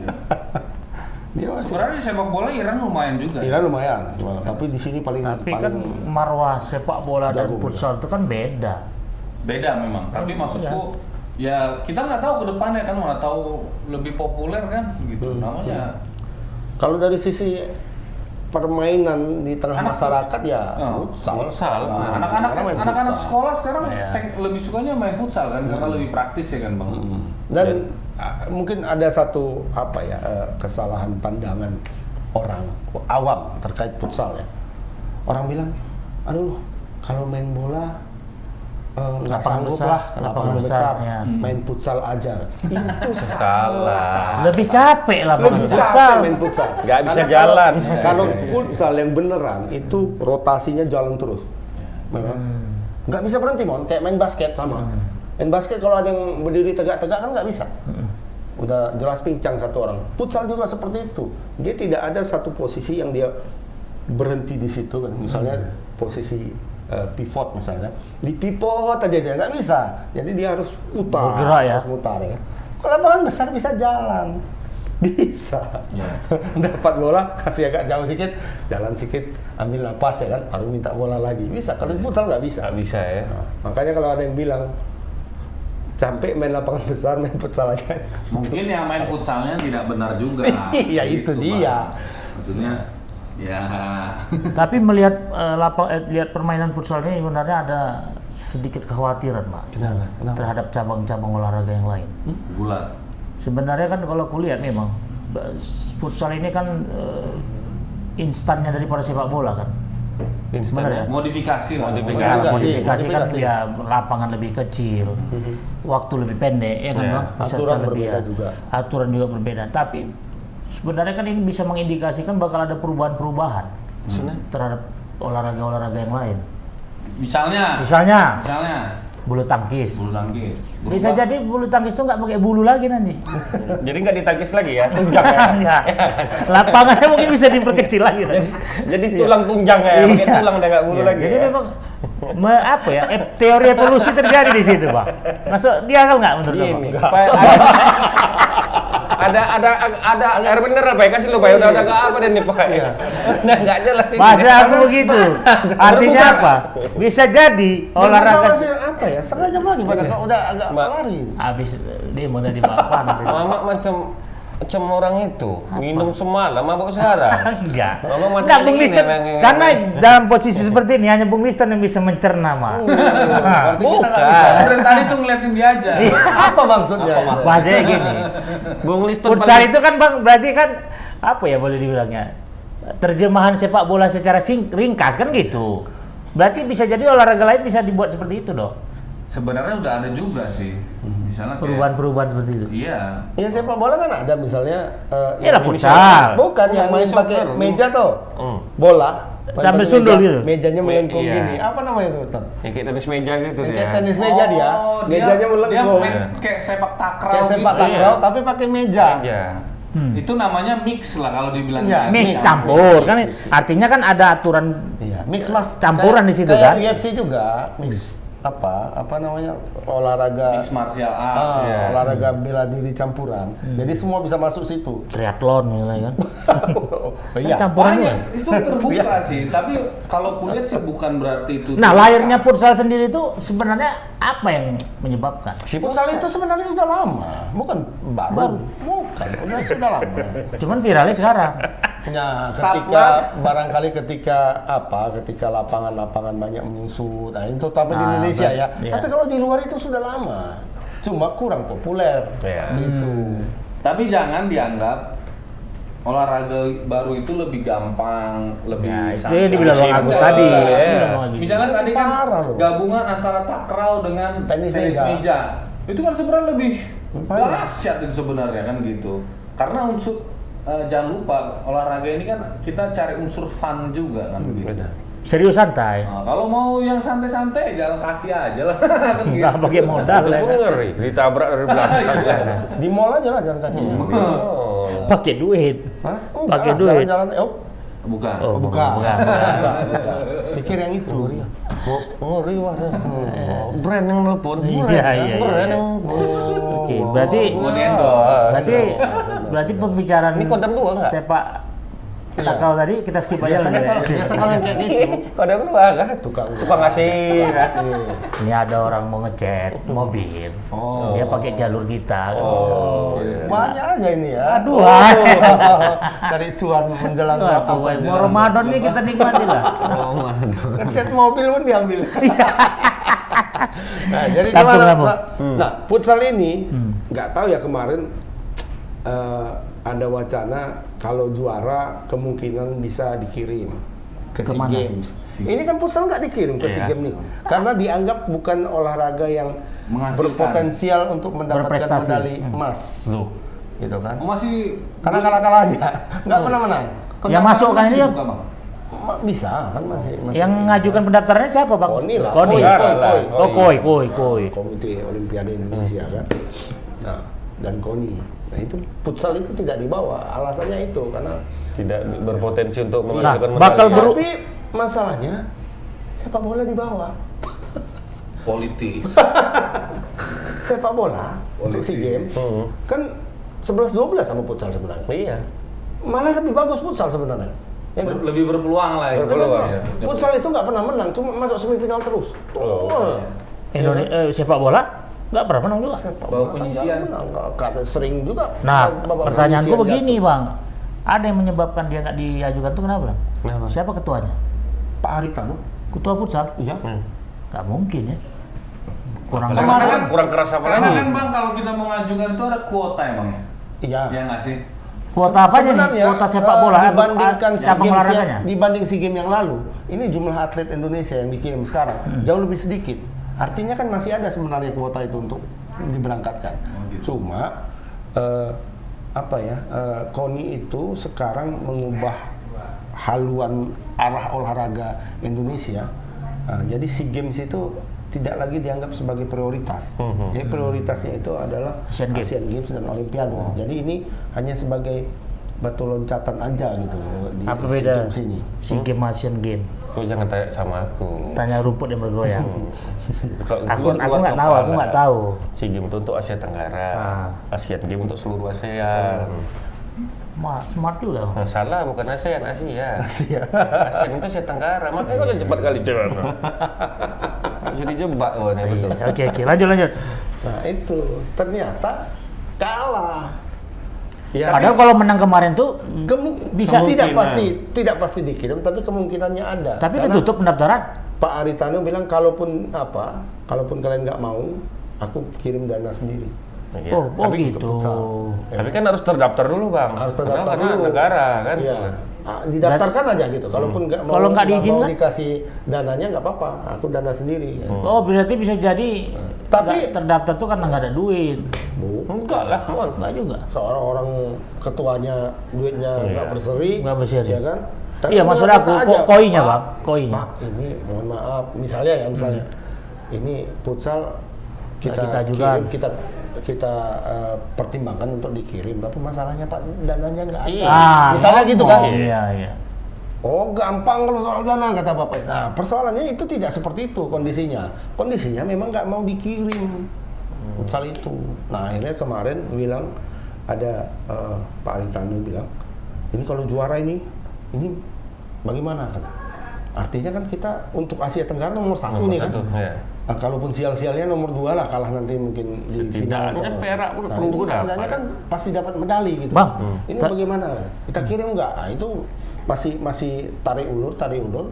Dia masih- Sebenarnya di sepak bola Iran lumayan juga. ya. Iran lumayan, cuma- tapi di sini paling Tapi paling kan marwah sepak bola dan Jago, futsal itu kan beda. Beda memang, tapi Iya. maksudku ya kita nggak tahu ke depannya kan, mana tahu lebih populer kan Hmm. gitu namanya. kalau dari sisi permainan di tengah Anak- masyarakat ya Oh, futsal. futsal. Nah, Anak-anak orang main anak-anak futsal. sekolah sekarang Iya. peng- lebih sukanya main futsal kan karena lebih praktis ya kan bang. Dan ah, mungkin ada satu apa ya eh, kesalahan pandangan orang awam terkait futsal ya. Orang bilang, aduh kalau main bola eh, nggak Lapangan sanggup besar, lah lapangan lapangan besar, besar, ya. main futsal aja. Itu Salah. Lebih capek lah Bang. Lebih futsal. capek main futsal. Nggak bisa Karena jalan. Kalau, kalau futsal yang beneran itu rotasinya jalan terus. Memang. Nggak bisa berhenti mon, kayak main basket sama. Main basket kalau ada yang berdiri tegak-tegak kan nggak bisa. Udah jelas pincang satu orang. Futsal juga seperti itu. Dia tidak ada satu posisi yang dia berhenti di situ kan. Misalnya posisi eh, pivot misalnya. Di pivot aja dia nggak bisa. Jadi dia harus putar, Bergerak ya. harus mutar ya. Kalau lapangan besar bisa jalan. Bisa. Dapat bola, kasih agak jauh sedikit, jalan sedikit, ambil napas ya kan, baru minta bola lagi. Bisa. Kalau di futsal nggak bisa. Nggak bisa ya. Nah, makanya kalau ada yang bilang sampai main lapangan besar, main futsal aja. Mungkin yang main futsalnya tidak benar juga. Iya itu dia. Bang. Maksudnya ya. Tapi melihat uh, lapang, eh, lihat permainan futsal ini sebenarnya ada sedikit kekhawatiran, Pak. Kenapa? Kenapa? Terhadap cabang-cabang olahraga yang lain. Hmm? Bulat. Sebenarnya kan kalau kulihat memang futsal ini kan uh, instannya daripada sepak bola kan. Instan Benar ya? Modifikasi lah. Modifikasi. Modifikasi, Modifikasi. modifikasi kan ya lapangan lebih kecil, waktu lebih pendek, ya kan Ya. Bang? Peserta Aturan lebih berbeda ya. juga. Aturan juga berbeda. Tapi sebenarnya kan ini bisa mengindikasikan bakal ada perubahan-perubahan terhadap olahraga-olahraga yang lain. Misalnya. Misalnya Misalnya bulu tangkis. bulu tangkis. Bisa Berubah. jadi bulu tangkis itu nggak pakai bulu lagi nanti. Jadi nggak ditangkis lagi ya, tunjang ya. Enggak. Lapangannya mungkin bisa diperkecil lagi. Jadi, jadi tulang tunjang ya, pakai Iya. tulang udah nggak bulu Iya, lagi. Jadi ya. memang me, apa ya? eh, teori evolusi terjadi di situ, Pak. Masuk dia kan nggak menurut Gini, Bapak? Pak, ada ada ada ada air bener apa ya, kasih lu Pak, udah udah nggak apa deh nih Pak. Nah nggak jelas ini. Bahasa aku begitu. Artinya Berbuka. apa? Bisa jadi Olahraga olahraga masih apa ya? Setengah jam lagi pada kau udah agak Mbak. lari. habis demo tadi balapan. Mama macam macam orang itu minum semalam mabuk sekarang. Enggak. Mama mati Enggak, Bung ini Liston. memang yang- Karena dalam posisi seperti ini hanya Bung Liston yang bisa mencerna, Mak. Nah, Berarti kita nggak Bukan. bisa. Dari tadi tuh ngeliatin dia aja. Apa maksudnya? bahasanya gini. Bung Liston Futsal itu kan Bang berarti kan apa ya boleh dibilangnya? Terjemahan sepak bola secara sing, ringkas kan gitu. Berarti bisa jadi olahraga lain bisa dibuat seperti itu dong. Sebenarnya udah ada juga sih. Misalnya kayak- Perubahan-perubahan seperti itu. Iya. Ya sepak bola kan ada misalnya. eh, Iyalah, yang- futsal. Bukan yang Bukan main soccer. pakai meja tuh. Hmm. Bola. Main Sambil pakai sundul meja, gitu? Mejanya Me- melengkung iya. gini. Apa namanya sebutan? Ya, kayak tenis meja gitu Yang dia. kayak tenis meja dia. Oh, Mejanya melengkung. Dia main kayak sepak takraw Kayak sepak gitu. takraw tapi pakai meja. Meja. Hmm. Itu namanya mix lah kalau dibilang. Iya, Mix mix, campur mix, kan mix, mix. artinya kan ada aturan Iya, mix mas. Campuran Kayak- di situ, kayak kan? U F C juga mix apa apa namanya olahraga Mix martial ah, art. Iya. olahraga bela diri campuran. Jadi semua bisa masuk situ. triathlon misalnya kan. Oh, iya. Campuran Banyak, juga. itu terbuka sih. Tapi kalau kulihat sih bukan berarti itu. Nah, terbatas. lahirnya futsal sendiri itu sebenarnya apa yang menyebabkan? Si futsal itu sebenarnya sudah lama, bukan baru. Baru. Bukan, sudah sudah lama. Cuman viralnya sekarang. Ya, ketika barangkali ketika apa, ketika lapangan-lapangan banyak menyusut, nah itu terutama di Ah, Indonesia ber- ya. iya. Tapi kalau di luar itu sudah lama, cuma kurang populer. Iya. Gitu. Tapi jangan dianggap olahraga baru itu lebih gampang, lebih Ya, itu santai. yang dibilang Bang Agus tadi. Iya. Itu dibilang Bang Agus. Misalnya tadi kan Parah loh. gabungan antara takraw dengan Tenis tenis, meja. meja. Itu kan sebenarnya lebih Parah. dahsyat itu sebenarnya kan gitu. Karena unsur eh, jangan lupa olahraga ini kan kita cari unsur fun juga kan Hmm, gitu. Serius santai. Nah, kalau mau yang santai-santai jalan kaki aja lah kan gitu. Enggak pakai modal Itu ya pun kan. ngeri, ditabrak dari belakang. Di mall aja lah jalan kakinya. Oh. Pakai duit. Hah? Pakai Enggak, duit. Jalan-jalan, oh, Bukan. Oh, bukan. bukan. Bukan, bukan. Pikir yang itu. Oh, ngeri wah. Oh, brand yang nelpon. Iya, Brand, iya, ya, iya. brand yang. Oke, berarti Mau endorse. berarti berarti pembicaraan Ini kodam dua nggak? sepak takraw tadi kita skip aja Biasanya lah. kalau ya. biasa kalau yang kayak gitu, Kodam dua kan? tukang Tukang ngasih. Ini ada orang mau ngecek mobil. Oh. Dia pakai jalur kita. Oh, banyak aja ini ya. Aduh. Cari cuan menjelang Wah, apa pokoknya mau Ramadan nih kita nikmati lah. Oh, waduh. Ngecat mobil pun diambil. Nah, jadi Tampung gimana? kamu. Nah, futsal ini Hmm. nggak tahu ya kemarin eh, ada wacana kalau juara kemungkinan bisa dikirim ke SEA Kemana? Games. Ini kan futsal nggak dikirim ke SEA Iya. Games nih, karena dianggap bukan olahraga yang Menghasilkan. berpotensial untuk mendapatkan Berprestasi. medali Hmm. emas. Loh. Gitu kan? Oh, masih Karena kalah-kalah aja, nggak pernah menang. Yang masuk kan ini masih ya? buka, Bang? Ma- Bisa kan masih. masih Yang ngajukan pendaftarannya siapa, Bang? Koni lah. Koni. Koi, Koi, koi, lah. koi. Oh, koi, koi, koi. Komite Olimpiade Indonesia kan. Nah, dan KONI. Nah, itu futsal itu tidak dibawa. Alasannya itu karena Tidak berpotensi untuk menghasilkan Nah, bakal medali. beru- tapi masalahnya sepak bola dibawa. Politis. Sepak bola untuk SEA Games Hmm. kan sebelas dua belas sama futsal sebenarnya. Iya. Malah lebih bagus futsal sebenarnya. Ya kan? Ber- lebih berpeluang lah Berpeluang, istilahnya. ya. Futsal itu nggak pernah menang, cuma masuk semifinal terus. Oh. Oh. Indonesia eh, sepak bola Nggak pernah menang juga. Bawa penyisian. Karena sering juga. Nah, babak pertanyaanku penyisian begini jatuh. bang, ada yang menyebabkan dia nggak diajukan tuh kenapa? Bang? Kenapa? Siapa ketuanya? Pak Haritanu. Ketua futsal? Iya. Nggak mungkin ya. Kurang Kemarin Kemarin kan- kan kurang keras sama Karena lagi. kan bang kalau kita mau ngajukan itu ada kuota ya bang ya? Iya. Ya nggak sih? kuota apa nih? Sebenarnya, Kuota sepak eh, bola dibandingkan eh, SEA cabang Games olahraganya? yang, dibanding SEA Games yang lalu, ini jumlah atlet Indonesia yang dikirim sekarang jauh lebih sedikit. Artinya kan masih ada sebenarnya kuota itu untuk diberangkatkan. Cuma eh, apa ya? eh, KONI itu sekarang mengubah haluan arah olahraga Indonesia. Nah, jadi SEA Games itu tidak lagi dianggap sebagai prioritas. Jadi prioritasnya itu adalah Asian Games. Asian Games dan Olimpiade. Jadi ini hanya sebagai batu loncatan aja gitu di Apa SEA beda Games ini. SEA Games Asian Game? Kau jangan tanya sama aku. Tanya rumput yang bergoyang. Kalau aku luar- aku luar nggak tahu, aku kepala. nggak tahu. SEA Games itu untuk Asia Tenggara, Ah. Asian Games untuk seluruh ASEAN. Smart, smart juga. Nah, salah, bukan ASEAN, Asia. Asia. ASEAN itu Asia Tenggara, makanya kau cepat kali jawab. Bisa dijebak kau nih betul. Oke oke, lanjut lanjut. Nah itu ternyata kalah. Ya, Padahal kalau menang kemarin tuh kemu- bisa tidak kemungkinan. pasti tidak pasti dikirim, tapi kemungkinannya ada. tapi Karena ditutup pendaftaran. Pak Haritanu bilang kalaupun apa, kalaupun kalian nggak mau, aku kirim dana sendiri. Iya. Oh, oh tapi, gitu. tapi kan harus terdaftar dulu bang. Harus Karena- terdaftar karena dulu. negara kan. Iya. Ah, didaftarkan aja gitu. Kalaupun nggak mau, Kalau nggak mau diizinkan? dikasih dananya nggak apa-apa. Aku dana sendiri. Oh berarti bisa jadi Tapi- nggak terdaftar tuh karena nggak ada duit. Bu, Enggak lah, Mon. Nggak juga. seorang orang ketuanya duitnya nggak berseri, Nggak berseri. ya kan? Iya, maksud aku, minta ko- koinnya, Pak, Bang, koinnya. Pak, ini mohon maaf, misalnya ya misalnya, ini futsal kita, kita ajukan. kirim, kita kita eh, pertimbangkan untuk dikirim, tapi masalahnya Pak dananya nggak ada. Iya. Ah, misalnya gitu kan? Iya iya. Oh gampang kalau soal dana kata Bapak. Nah persoalannya itu tidak seperti itu kondisinya. Kondisinya memang nggak mau dikirim futsal itu. Nah akhirnya kemarin bilang ada eh, Pak Haritanu bilang ini kalau juara ini ini bagaimana kan? Artinya kan kita untuk Asia Tenggara nomor satu Nomor nih satu, kan. ya. Nah, kalaupun sial-sialnya nomor dua lah kalah nanti mungkin di final. Setidaknya atau- perak pun Nah, perunggu ini dapat. sebenarnya kan pasti dapat medali gitu. Bang, Ini ta- bagaimana? Kita kirim nggak? Nah, itu masih masih tarik ulur, tarik ulur,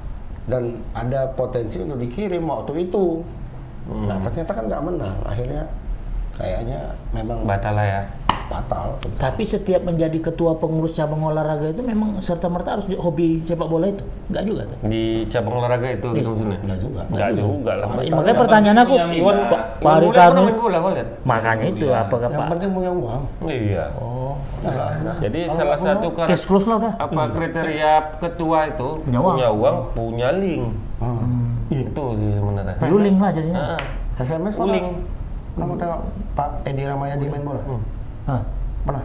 dan ada potensi untuk dikirim waktu itu. Nah ternyata kan nggak menang. Akhirnya kayaknya memang Batal lah ya. batal. Tapi setiap menjadi ketua pengurus cabang olahraga itu memang serta merta harus hobi sepak bola itu, nggak juga tuh. Di cabang olahraga itu gitu maksudnya? Nggak juga. Enggak juga lah. Pak Makanya Haritanu pertanyaan aku, Yang Pak Iwan- Pak Iwan Bule Haritanu, pernah main bola kau lihat? makanya itu apakah yang Pak? penting punya uang. Iya. Oh, Jadi salah satu kan cash close lah udah. apa kriteria ketua itu Punya uang. punya uang, punya link. Hmm. Iya. Itu sih sebenarnya. Ruling lah jadinya. Ah, S M S Uling. pernah mau tengok Pak Edi Ramayadi main bola? Hah, Pernah?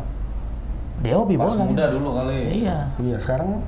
dia hobi Pas bola. muda dulu kali. Iya. Iya sekarang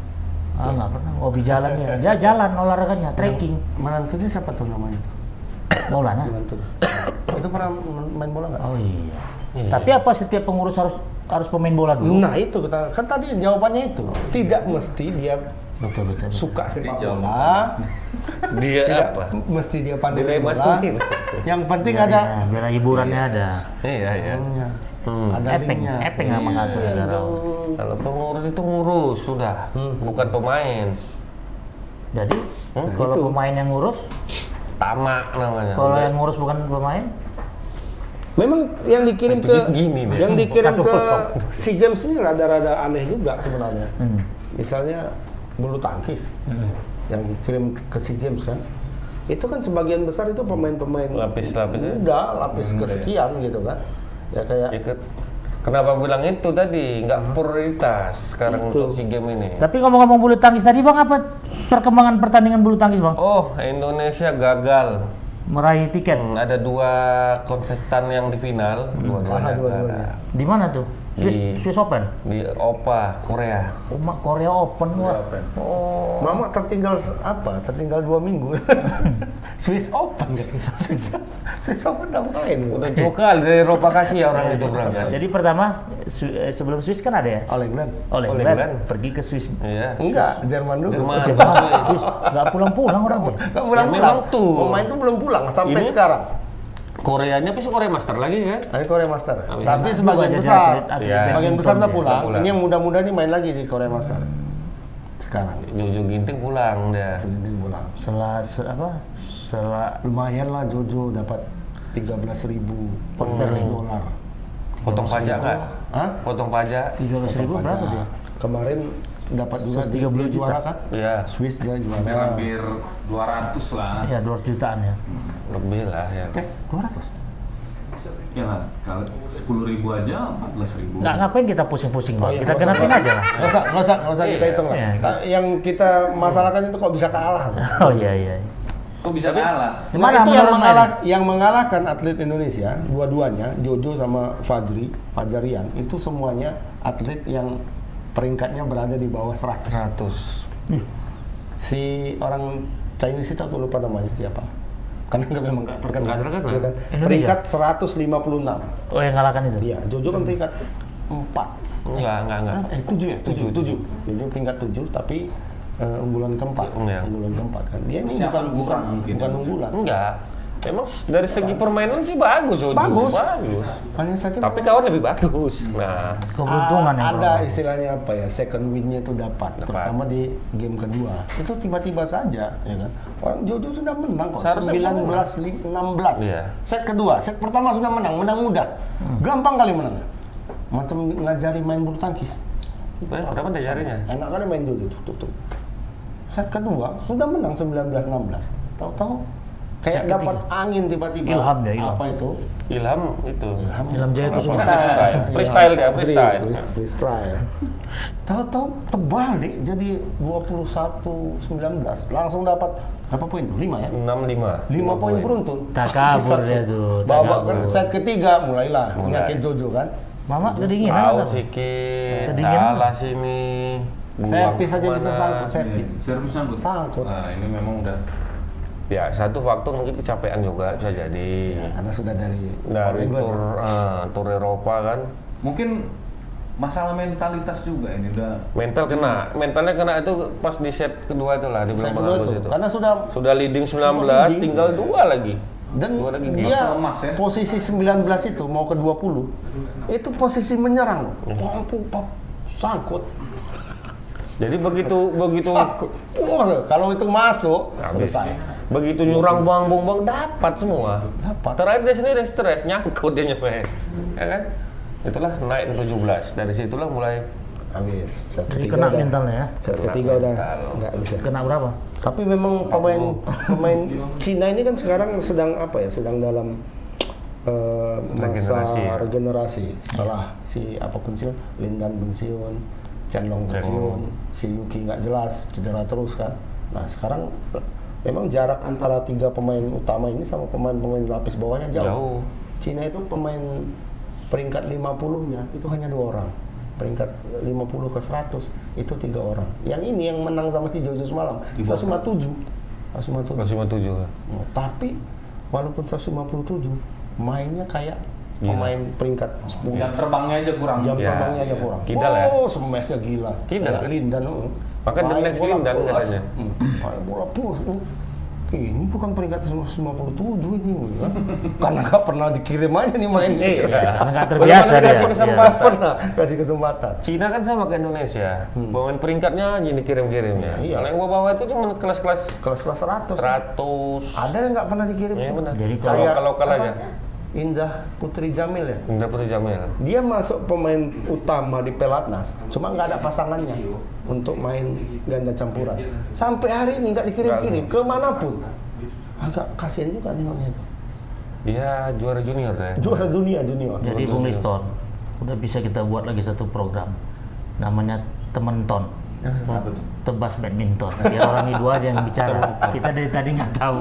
Ah nggak pernah hobi jalan ya. Dia jalan olahraganya, trekking. menantunya siapa tuh namanya? Maulana. Menantu. Itu pernah main bola nggak? Oh iya. Tapi apa setiap pengurus harus harus pemain bola dulu? Nah itu kita kan tadi jawabannya itu tidak mesti dia Betul betul. betul. suka sepak Dijawab. bola, Dia tidak apa? mesti dia pandai main Dilema bola. sendiri. Yang penting Biar, ada ya, biar hiburannya ada. Iya, iya. ownernya, Hmm. ada Epeng, linknya. epeng nggak mengatur negara. Kalau pengurus itu ngurus sudah, bukan pemain. Jadi Nah, kalau itu. pemain yang ngurus, Tamak namanya. kalau Udah. yang ngurus bukan pemain, Memang yang dikirim Itu ke gini deh. yang dikirim Satu ke kosong. SEA Games ini rada-rada aneh juga sebenarnya. hmm. Misalnya bulu tangkis Hmm. yang dikirim ke SEA Games kan, itu kan sebagian besar itu pemain-pemain Lapis-lapisnya. muda, lapis kesekian gitu kan. Ya kayak Ikut. Kenapa bilang itu tadi? Nggak prioritas sekarang Itu. untuk SEA Games ini. Tapi ngomong-ngomong bulu tangkis tadi bang, apa perkembangan pertandingan bulu tangkis bang? Oh, Indonesia gagal. Meraih tiket Hmm, ada dua kontestan yang di final, dua-duanya kalah gagal. dua-duanya. di mana tuh? Swiss, Di- Swiss Open. Di Opa, Korea. Oh, Mak, Korea Open wah. Oh. Mama tertinggal s- apa? Tertinggal dua minggu. Swiss Open. Swiss, Swiss Open udah main. Udah dua kali dari Eropa kasih ya orang itu berangkat. Jadi pertama Swi- eh, sebelum Swiss kan ada ya? All England. Oleh All England England. pergi ke Swiss. Iya. Enggak, Jerman dulu. Jerman. Oh, Jerman. Swiss. Nggak pulang-pulang orang tuh. Enggak pulang-pulang. Ya, memang tuh. Pemain tuh belum pulang sampai Ini- sekarang. Koreanya pasti Korea Master lagi kan? Ada Korea Master. Amin. Tapi Nah, sebagian juga besar, atlet- atlet Iya. sebagian badminton besar udah ya. pulang. Udah pulang. Ini yang muda-muda nih main lagi di Korea Master. Sekarang. Jojo Ginting pulang dia. Ini pulang. Setelah se- apa? Setelah Lumayan lah Jojo dapat tiga belas ribu per dolar. Potong pajak nggak? Hah? Potong pajak? tiga belas ribu Potong berapa pajak. dia? Kemarin dapat juga seratus tiga puluh dia juta. juara kan? Iya, Swiss dia juara. Hampir dua ratus lah. Ya dua ratus jutaan ya. lebih lah ya. Eh, dua ratus. Ya lah, kalau sepuluh ribu aja empat belas ribu. Nggak ngapain kita pusing-pusing bang. iya, Kita nggak genapin usah. aja lah. Nggak usah, nggak usah, nggak usah kita hitung lah. Iya. Nah, yang kita masalahkan itu kok bisa kalah. Oh iya iya. Kok bisa kalah? Nah, Gimana itu yang menurut mengalah, Main? yang mengalahkan atlet Indonesia dua-duanya, Jojo sama Fajri, Fajarian, itu semuanya atlet yang peringkatnya berada di bawah seratus. seratus. Si orang Chinese itu aku lupa namanya siapa. Karena nggak memang nggak terkenal. Nggak terkenal. Iya kan? Indonesia? Peringkat seratus lima puluh enam. Oh yang ngalahkan itu? Iya, Jojo kan peringkat empat. Enggak, enggak, enggak. Eh tujuh ya, tujuh, tujuh. Jojo peringkat tujuh, tapi eh, unggulan keempat. Iya. Unggulan keempat kan. Dia ini Siapa bukan bukan kurang mungkin? bukan unggulan. Enggak. Emang dari segi permainan sih bagus Jojo. Bagus. Bagus. Hanya saja Tapi memang- kawan lebih bagus. Nah, Keberuntungan yang ada kurang. istilahnya apa ya, second win-nya itu dapat, Dapat. terutama di game kedua. Itu tiba-tiba saja, ya kan? Orang Jojo sudah menang kok, Seharusnya bisa sembilan belas enam belas. Iya. Set kedua, set pertama sudah menang, menang mudah. Gampang kali menang. Macam ngajari main bulu tangkis. eh, berapa deh jarinya? Enak kali main Jojo tuh, tuh, tuh. Set kedua sudah menang sembilan belas enam belas. Tahu-tahu kayak Set dapat angin tiba-tiba. Ilham ya, ilham. Apa itu? Ilham itu. Ilham Jaya Kusuma. Freestyle. Freestyle dia, freestyle. Freestyle. Tahu-tahu terbalik jadi dua puluh satu sembilan belas. Langsung dapat berapa poin tuh? lima ya? enam lima. lima poin beruntun. Tak kabur Bisa- dia tuh, tak Babak kan kabur. set ketiga mulailah Mulai. penyakit Jojo kan. Mama kedinginan. Out kan? sedikit. Kedinginan. Salah sini. Buang Servis aja kemana. bisa sangkut servis. Servis sangkut. Sangkut. Nah, ini memang udah Ya, satu faktor mungkin kecapean juga bisa jadi. Karena sudah dari Dari England. tur ah, tur Eropa kan. mungkin masalah mentalitas juga ini udah Mental kena. Mentalnya kena itu pas di set kedua itu lah Set dibilang kedua bagus itu. itu. Karena sudah Sudah leading sembilan belas, leading. tinggal dua lagi. dan Dua lagi. dia Langsung emas ya. posisi sembilan belas itu mau ke dua puluh itu posisi menyerang. Pom, pom, pom, sangkut. Jadi begitu begitu Sangkut. Wah, kalau itu masuk habis. selesai. Begitu nyurang buang buang buang dapat semua. Dapat. Terakhir dia sendiri stres nyangkut dia nyepes. Ya kan? Itulah naik ke tujuh belas. Dari situlah mulai Habis. Set Jadi ketiga kena udah. mentalnya ya. Set Kena ketiga udah mental. nggak bisa. Kena berapa? Tapi memang pemain pemain Cina ini kan sekarang sedang apa ya? Sedang dalam eh, masa Regenerasi ya. regenerasi. Setelah si apa pensiun, Lindan pensiun, Chen Long Chen pensiun, Long. si Yuki nggak jelas, cedera terus kan. Nah sekarang memang jarak antara tiga pemain utama ini sama pemain-pemain lapis bawahnya jauh. Jauh. Cina itu pemain peringkat lima puluh-nya itu hanya dua orang. Peringkat lima puluh ke seratus itu tiga orang. Yang ini yang menang sama si Jojo semalam, seratus lima puluh tujuh. seratus lima puluh tujuh. masih tujuh. Oh, tapi walaupun seratus lima puluh tujuh, mainnya kayak Gila. pemain peringkat sepuluh. jam terbangnya aja kurang. Jam Ya, terbangnya aja kurang. Kidal ya? Oh, smashnya gila. Kidal Kayak kan? Lindan. oh. Maka the Main next bola Lindan puas. katanya. Hmm, main bola puas. Oh. Ini bukan peringkat seratus lima puluh tujuh ini, kan? Karena nggak pernah dikirim aja nih mainnya. Iya. Karena nggak terbiasa Bagaimana dia. kasih Iya. kesempatan? Nggak pernah kasih kesempatan. Cina kan sama kayak Indonesia. Pemain peringkatnya aja dikirim-kirimnya. Iya. Kalau yang bawah-bawah itu cuma kelas-kelas Kelas-kelas seratus. seratus. Ada yang nggak pernah dikirim Iya tuh. benar. Jadi Kalau Kayak lokal apa? aja. Indah Putri Jamil ya. Indra Putri Jamil. Dia masuk pemain utama di Pelatnas, cuma nggak ada pasangannya untuk main ganda campuran. Sampai hari ini nggak dikirim-kirim kemanapun. Agak kasihan juga tengoknya itu. Dia juara junior tuh ya. Juara dunia junior. Jadi Bung Liston, udah bisa kita buat lagi satu program. Namanya Temen Ton. Tebas badminton. Biar orang itu aja yang bicara. Kita dari tadi nggak tahu.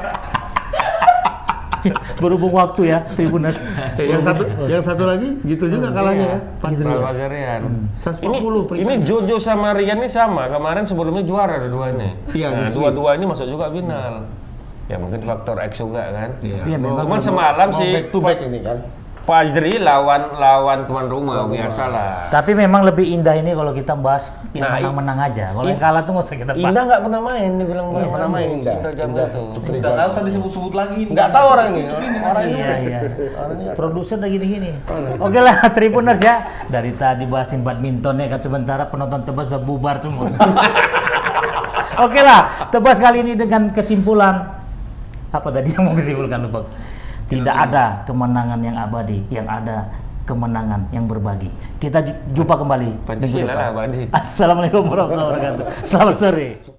Berhubung waktu ya, Tribunas. Eh, yang satu, yang satu lagi gitu juga kalahnya ya. Gitu Pral juga. Fazarian. seratus Ini, empat puluh ini peringkatnya. Jojo sama Rian ini sama. Kemarin sebelumnya juara dua-duanya. Iya, Nah, di Swiss. dua-dua ini masuk juga final. Ya mungkin faktor X juga kan. Iya. Iya, memang Cuman Mau- semalam mau sih back to back ini kan. Fajri lawan lawan tuan rumah biasalah. Tapi memang lebih indah ini kalau kita bahas yang Nah, menang-menang aja. Kalau i- yang kalah tuh nggak usah kita bahas. Indah nggak pernah main, dia bilang nggak pernah main. Indah, Sinta Jamal Indah. tuh. Putri Nggak Jamal. usah disebut-sebut lagi. Nggak tahu orang ini. Orang ini. Iya, iya. Produser udah gini-gini. Oke lah, Tribuners ya. Dari tadi bahasin badminton ya kan, sementara penonton Tebas udah bubar semua. Oke lah, Tebas kali ini dengan kesimpulan apa tadi yang mau disimpulkan lupa. Tidak ada kemenangan yang abadi, yang ada kemenangan yang berbagi. Kita ju- jumpa kembali. Pancasila minggu depan. lah abadi. Assalamualaikum warahmatullahi wabarakatuh. Selamat sore.